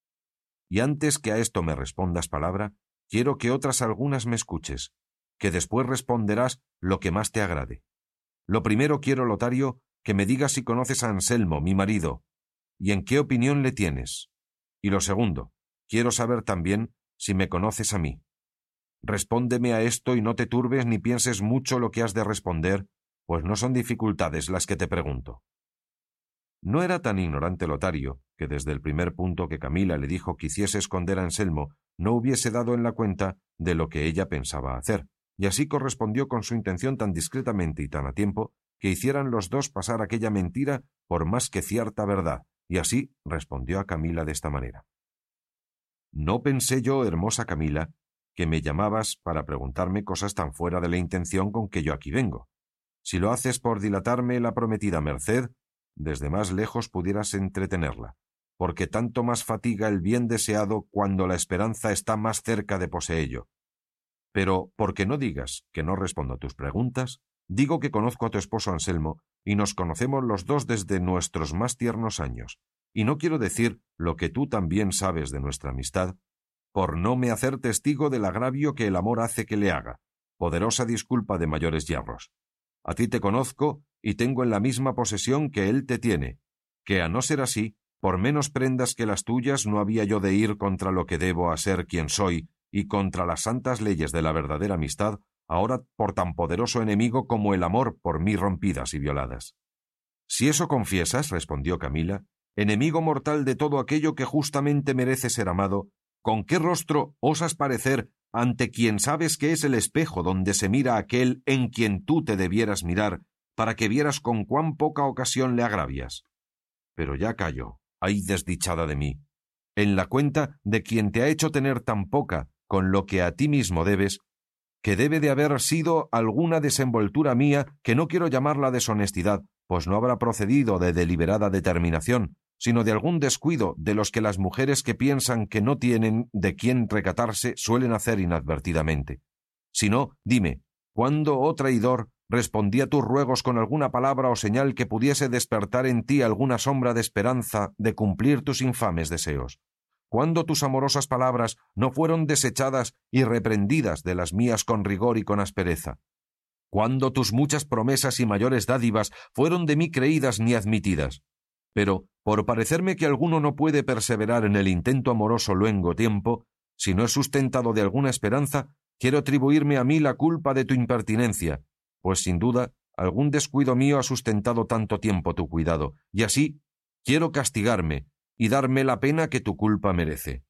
Speaker 3: Y antes que a esto me respondas palabra, quiero que otras algunas me escuches, que después responderás lo que más te agrade. Lo primero quiero, Lotario, que me digas si conoces a Anselmo, mi marido, y en qué opinión le tienes. Y lo segundo, quiero saber también si me conoces a mí. Respóndeme a esto y no te turbes ni pienses mucho lo que has de responder, pues no son dificultades las que te pregunto». No era tan ignorante Lotario, que desde el primer punto que Camila le dijo que hiciese esconder a Anselmo, no hubiese dado en la cuenta de lo que ella pensaba hacer, y así correspondió con su intención tan discretamente y tan a tiempo, que hicieran los dos pasar aquella mentira por más que cierta verdad, y así respondió a Camila de esta manera: «No pensé yo, hermosa Camila, que me llamabas para preguntarme cosas tan fuera de la intención con que yo aquí vengo. Si lo haces por dilatarme la prometida merced, desde más lejos pudieras entretenerla, porque tanto más fatiga el bien deseado cuando la esperanza está más cerca de poseello. Pero, porque no digas que no respondo a tus preguntas, digo que conozco a tu esposo Anselmo, y nos conocemos los dos desde nuestros más tiernos años, y no quiero decir lo que tú también sabes de nuestra amistad, por no me hacer testigo del agravio que el amor hace que le haga, poderosa disculpa de mayores yerros. A ti te conozco y tengo en la misma posesión que él te tiene, que a no ser así, por menos prendas que las tuyas no había yo de ir contra lo que debo a ser quien soy y contra las santas leyes de la verdadera amistad, ahora por tan poderoso enemigo como el amor por mí rompidas y violadas. Si eso confiesas, respondió Camila, enemigo mortal de todo aquello que justamente merece ser amado, ¿con qué rostro osas parecer ante quien sabes que es el espejo donde se mira aquel en quien tú te debieras mirar, para que vieras con cuán poca ocasión le agravias? Pero ya callo, ay desdichada de mí. En la cuenta de quien te ha hecho tener tan poca con lo que a ti mismo debes, que debe de haber sido alguna desenvoltura mía que no quiero llamarla deshonestidad, pues no habrá procedido de deliberada determinación, sino de algún descuido de los que las mujeres que piensan que no tienen de quién recatarse suelen hacer inadvertidamente. Si no, dime, ¿cuándo, oh traidor, respondí a tus ruegos con alguna palabra o señal que pudiese despertar en ti alguna sombra de esperanza de cumplir tus infames deseos? ¿Cuándo tus amorosas palabras no fueron desechadas y reprendidas de las mías con rigor y con aspereza? ¿Cuándo tus muchas promesas y mayores dádivas fueron de mí creídas ni admitidas? Pero, por parecerme que alguno no puede perseverar en el intento amoroso luengo tiempo, si no es sustentado de alguna esperanza, quiero atribuirme a mí la culpa de tu impertinencia, pues sin duda algún descuido mío ha sustentado tanto tiempo tu cuidado, y así quiero castigarme y darme la pena que tu culpa merece.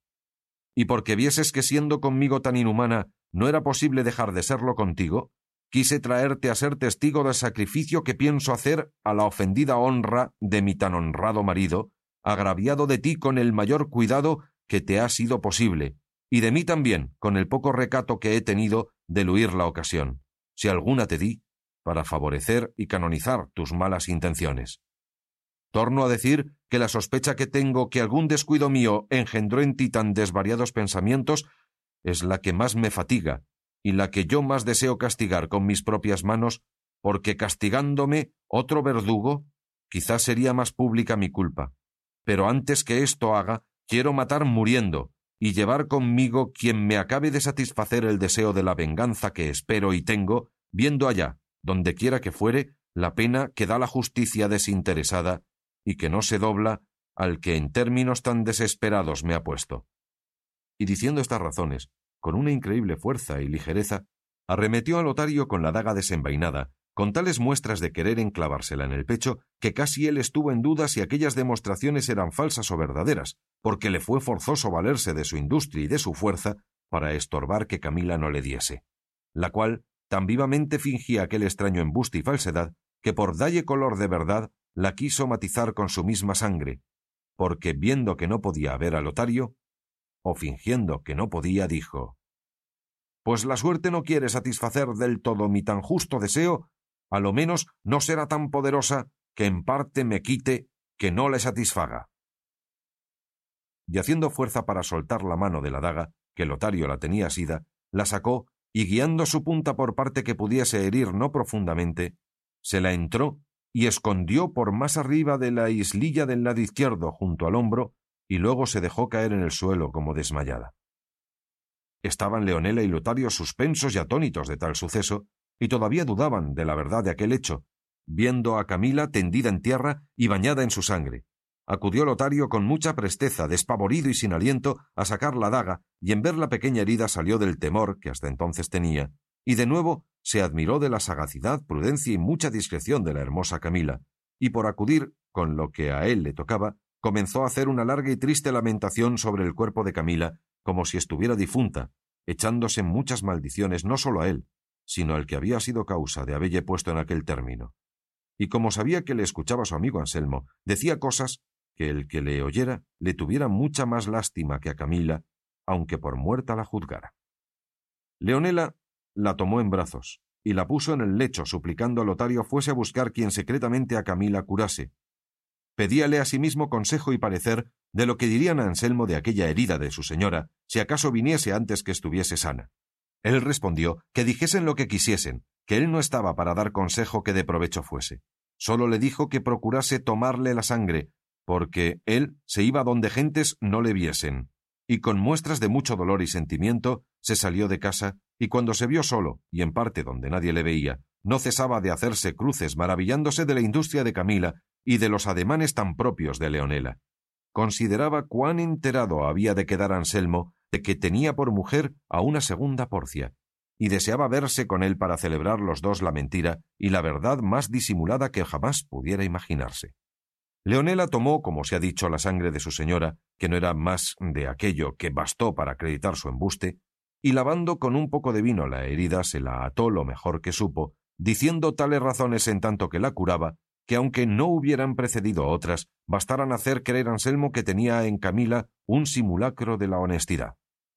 Speaker 3: Y porque vieses que siendo conmigo tan inhumana no era posible dejar de serlo contigo, quise traerte a ser testigo del sacrificio que pienso hacer a la ofendida honra de mi tan honrado marido, agraviado de ti con el mayor cuidado que te ha sido posible, y de mí también con el poco recato que he tenido de luir la ocasión, si alguna te di, para favorecer y canonizar tus malas intenciones. Torno a decir que la sospecha que tengo que algún descuido mío engendró en ti tan desvariados pensamientos es la que más me fatiga y la que yo más deseo castigar con mis propias manos, porque castigándome otro verdugo, quizás sería más pública mi culpa. Pero antes que esto haga, quiero matar muriendo y llevar conmigo quien me acabe de satisfacer el deseo de la venganza que espero y tengo, viendo allá, donde quiera que fuere, la pena que da la justicia desinteresada y que no se dobla al que en términos tan desesperados me ha puesto. Y diciendo estas razones, con una increíble fuerza y ligereza, arremetió a Lotario con la daga desenvainada, con tales muestras de querer enclavársela en el pecho, que casi él estuvo en duda si aquellas demostraciones eran falsas o verdaderas, porque le fue forzoso valerse de su industria y de su fuerza para estorbar que Camila no le diese, la cual tan vivamente fingía aquel extraño embuste y falsedad, que por dalle color de verdad la quiso matizar con su misma sangre, porque viendo que no podía ver a Lotario, o fingiendo que no podía, dijo: «Pues la suerte no quiere satisfacer del todo mi tan justo deseo, a lo menos no será tan poderosa que en parte me quite que no le satisfaga». Y haciendo fuerza para soltar la mano de la daga, que Lotario la tenía asida, la sacó y guiando su punta por parte que pudiese herir no profundamente, se la entró y escondió por más arriba de la islilla del lado izquierdo junto al hombro, y luego se dejó caer en el suelo como desmayada. Estaban Leonela y Lotario suspensos y atónitos de tal suceso, y todavía dudaban de la verdad de aquel hecho, viendo a Camila tendida en tierra y bañada en su sangre. Acudió Lotario con mucha presteza, despavorido y sin aliento, a sacar la daga, y en ver la pequeña herida salió del temor que hasta entonces tenía, y de nuevo se admiró de la sagacidad, prudencia y mucha discreción de la hermosa Camila, y por acudir con lo que a él le tocaba, comenzó a hacer una larga y triste lamentación sobre el cuerpo de Camila, como si estuviera difunta, echándose muchas maldiciones no solo a él, sino al que había sido causa de habelle puesto en aquel término. Y como sabía que le escuchaba su amigo Anselmo, decía cosas que el que le oyera le tuviera mucha más lástima que a Camila, aunque por muerta la juzgara. Leonela la tomó en brazos y la puso en el lecho, suplicando a Lotario fuese a buscar quien secretamente a Camila curase. Pedíale asimismo consejo y parecer de lo que dirían a Anselmo de aquella herida de su señora, si acaso viniese antes que estuviese sana. Él respondió que dijesen lo que quisiesen, que él no estaba para dar consejo que de provecho fuese. Solo le dijo que procurase tomarle la sangre, porque él se iba donde gentes no le viesen. Y con muestras de mucho dolor y sentimiento se salió de casa, y cuando se vio solo, y en parte donde nadie le veía, no cesaba de hacerse cruces maravillándose de la industria de Camila y de los ademanes tan propios de Leonela. Consideraba cuán enterado había de quedar Anselmo de que tenía por mujer a una segunda Porcia, y deseaba verse con él para celebrar los dos la mentira y la verdad más disimulada que jamás pudiera imaginarse. Leonela tomó, como se ha dicho, la sangre de su señora, que no era más de aquello que bastó para acreditar su embuste, y lavando con un poco de vino la herida se la ató lo mejor que supo, diciendo tales razones en tanto que la curaba, que aunque no hubieran precedido otras, bastaran hacer creer a Anselmo que tenía en Camila un simulacro de la honestidad.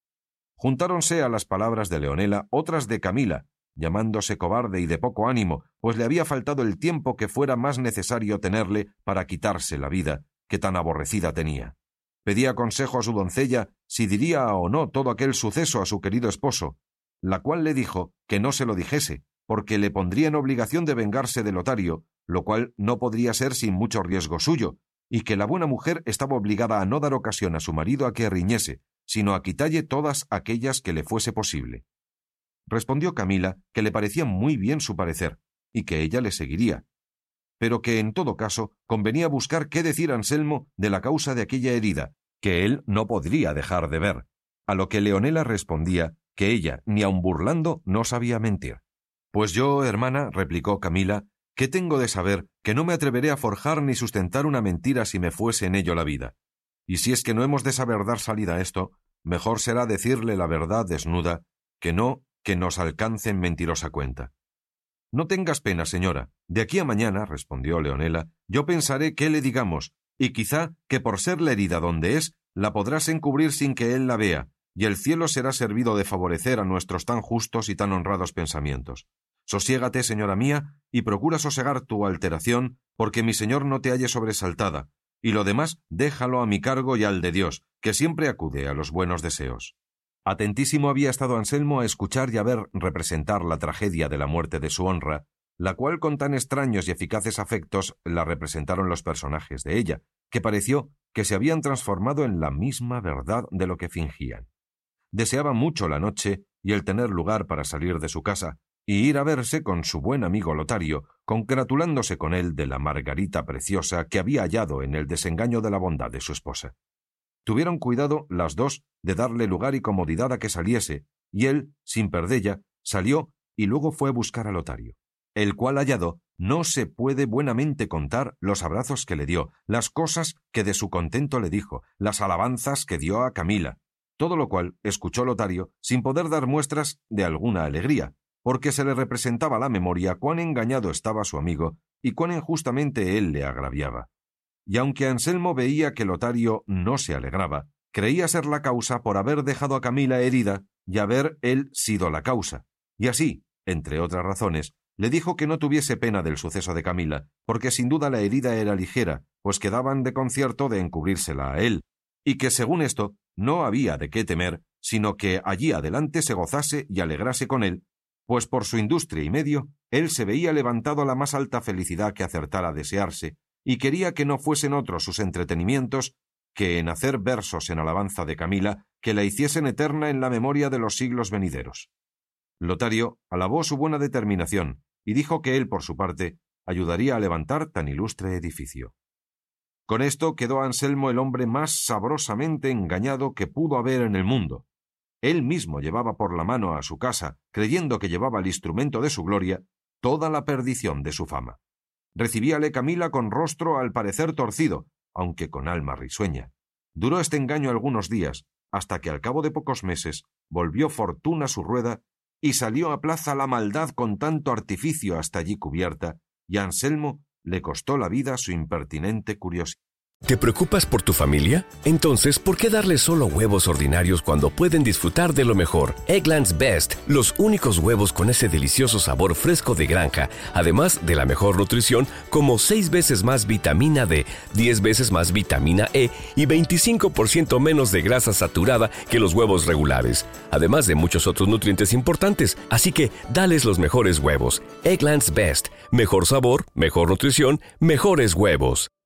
Speaker 3: Juntáronse a las palabras de Leonela otras de Camila, llamándose cobarde y de poco ánimo, pues le había faltado el tiempo que fuera más necesario tenerle para quitarse la vida, que tan aborrecida tenía. Pedía consejo a su doncella si diría o no todo aquel suceso a su querido esposo, la cual le dijo que no se lo dijese, porque le pondría en obligación de vengarse de Lotario, lo cual no podría ser sin mucho riesgo suyo, y que la buena mujer estaba obligada a no dar ocasión a su marido a que riñese, sino a quitalle todas aquellas que le fuese posible. Respondió Camila que le parecía muy bien su parecer, y que ella le seguiría, pero que en todo caso convenía buscar qué decir a Anselmo de la causa de aquella herida, que él no podría dejar de ver, a lo que Leonela respondía que ella, ni aun burlando, no sabía mentir. «Pues yo, hermana», replicó Camila, «¿qué tengo de saber que no me atreveré a forjar ni sustentar una mentira si me fuese en ello la vida? Y si es que no hemos de saber dar salida a esto, mejor será decirle la verdad desnuda, que no que nos alcance en mentirosa cuenta». «No tengas pena, señora. De aquí a mañana», respondió Leonela, «yo pensaré qué le digamos, y quizá que por ser la herida donde es, la podrás encubrir sin que él la vea, y el cielo será servido de favorecer a nuestros tan justos y tan honrados pensamientos. Sosiégate, señora mía, y procura sosegar tu alteración, porque mi señor no te halle sobresaltada, y lo demás déjalo a mi cargo y al de Dios, que siempre acude a los buenos deseos». Atentísimo había estado Anselmo a escuchar y a ver representar la tragedia de la muerte de su honra, la cual con tan extraños y eficaces afectos la representaron los personajes de ella, que pareció que se habían transformado en la misma verdad de lo que fingían. Deseaba mucho la noche y el tener lugar para salir de su casa y ir a verse con su buen amigo Lotario, congratulándose con él de la margarita preciosa que había hallado en el desengaño de la bondad de su esposa. Tuvieron cuidado las dos de darle lugar y comodidad a que saliese, y él, sin perdella, salió y luego fue a buscar a Lotario, el cual hallado no se puede buenamente contar los abrazos que le dio, las cosas que de su contento le dijo, las alabanzas que dio a Camila, todo lo cual escuchó Lotario sin poder dar muestras de alguna alegría, porque se le representaba a la memoria cuán engañado estaba su amigo y cuán injustamente él le agraviaba. Y aunque Anselmo veía que Lotario no se alegraba, creía ser la causa por haber dejado a Camila herida y haber él sido la causa, y así, entre otras razones, le dijo que no tuviese pena del suceso de Camila, porque sin duda la herida era ligera, pues quedaban de concierto de encubrírsela a él, y que según esto no había de qué temer, sino que allí adelante se gozase y alegrase con él, pues por su industria y medio él se veía levantado a la más alta felicidad que acertara a desearse, y quería que no fuesen otros sus entretenimientos que en hacer versos en alabanza de Camila que la hiciesen eterna en la memoria de los siglos venideros. Lotario alabó su buena determinación y dijo que él, por su parte, ayudaría a levantar tan ilustre edificio. Con esto quedó Anselmo el hombre más sabrosamente engañado que pudo haber en el mundo. Él mismo llevaba por la mano a su casa, creyendo que llevaba el instrumento de su gloria, toda la perdición de su fama. Recibíale Camila con rostro al parecer torcido, aunque con alma risueña. Duró este engaño algunos días, hasta que al cabo de pocos meses volvió Fortuna su rueda y salió a plaza la maldad con tanto artificio hasta allí cubierta, y a Anselmo le costó la vida su impertinente curiosidad.
Speaker 2: ¿Te preocupas por tu familia? Entonces, ¿por qué darles solo huevos ordinarios cuando pueden disfrutar de lo mejor? Eggland's Best, los únicos huevos con ese delicioso sabor fresco de granja, además de la mejor nutrición, como 6 veces más vitamina D, 10 veces más vitamina E y 25% menos de grasa saturada que los huevos regulares, además de muchos otros nutrientes importantes. Así que, dales los mejores huevos. Eggland's Best, mejor sabor, mejor nutrición, mejores huevos.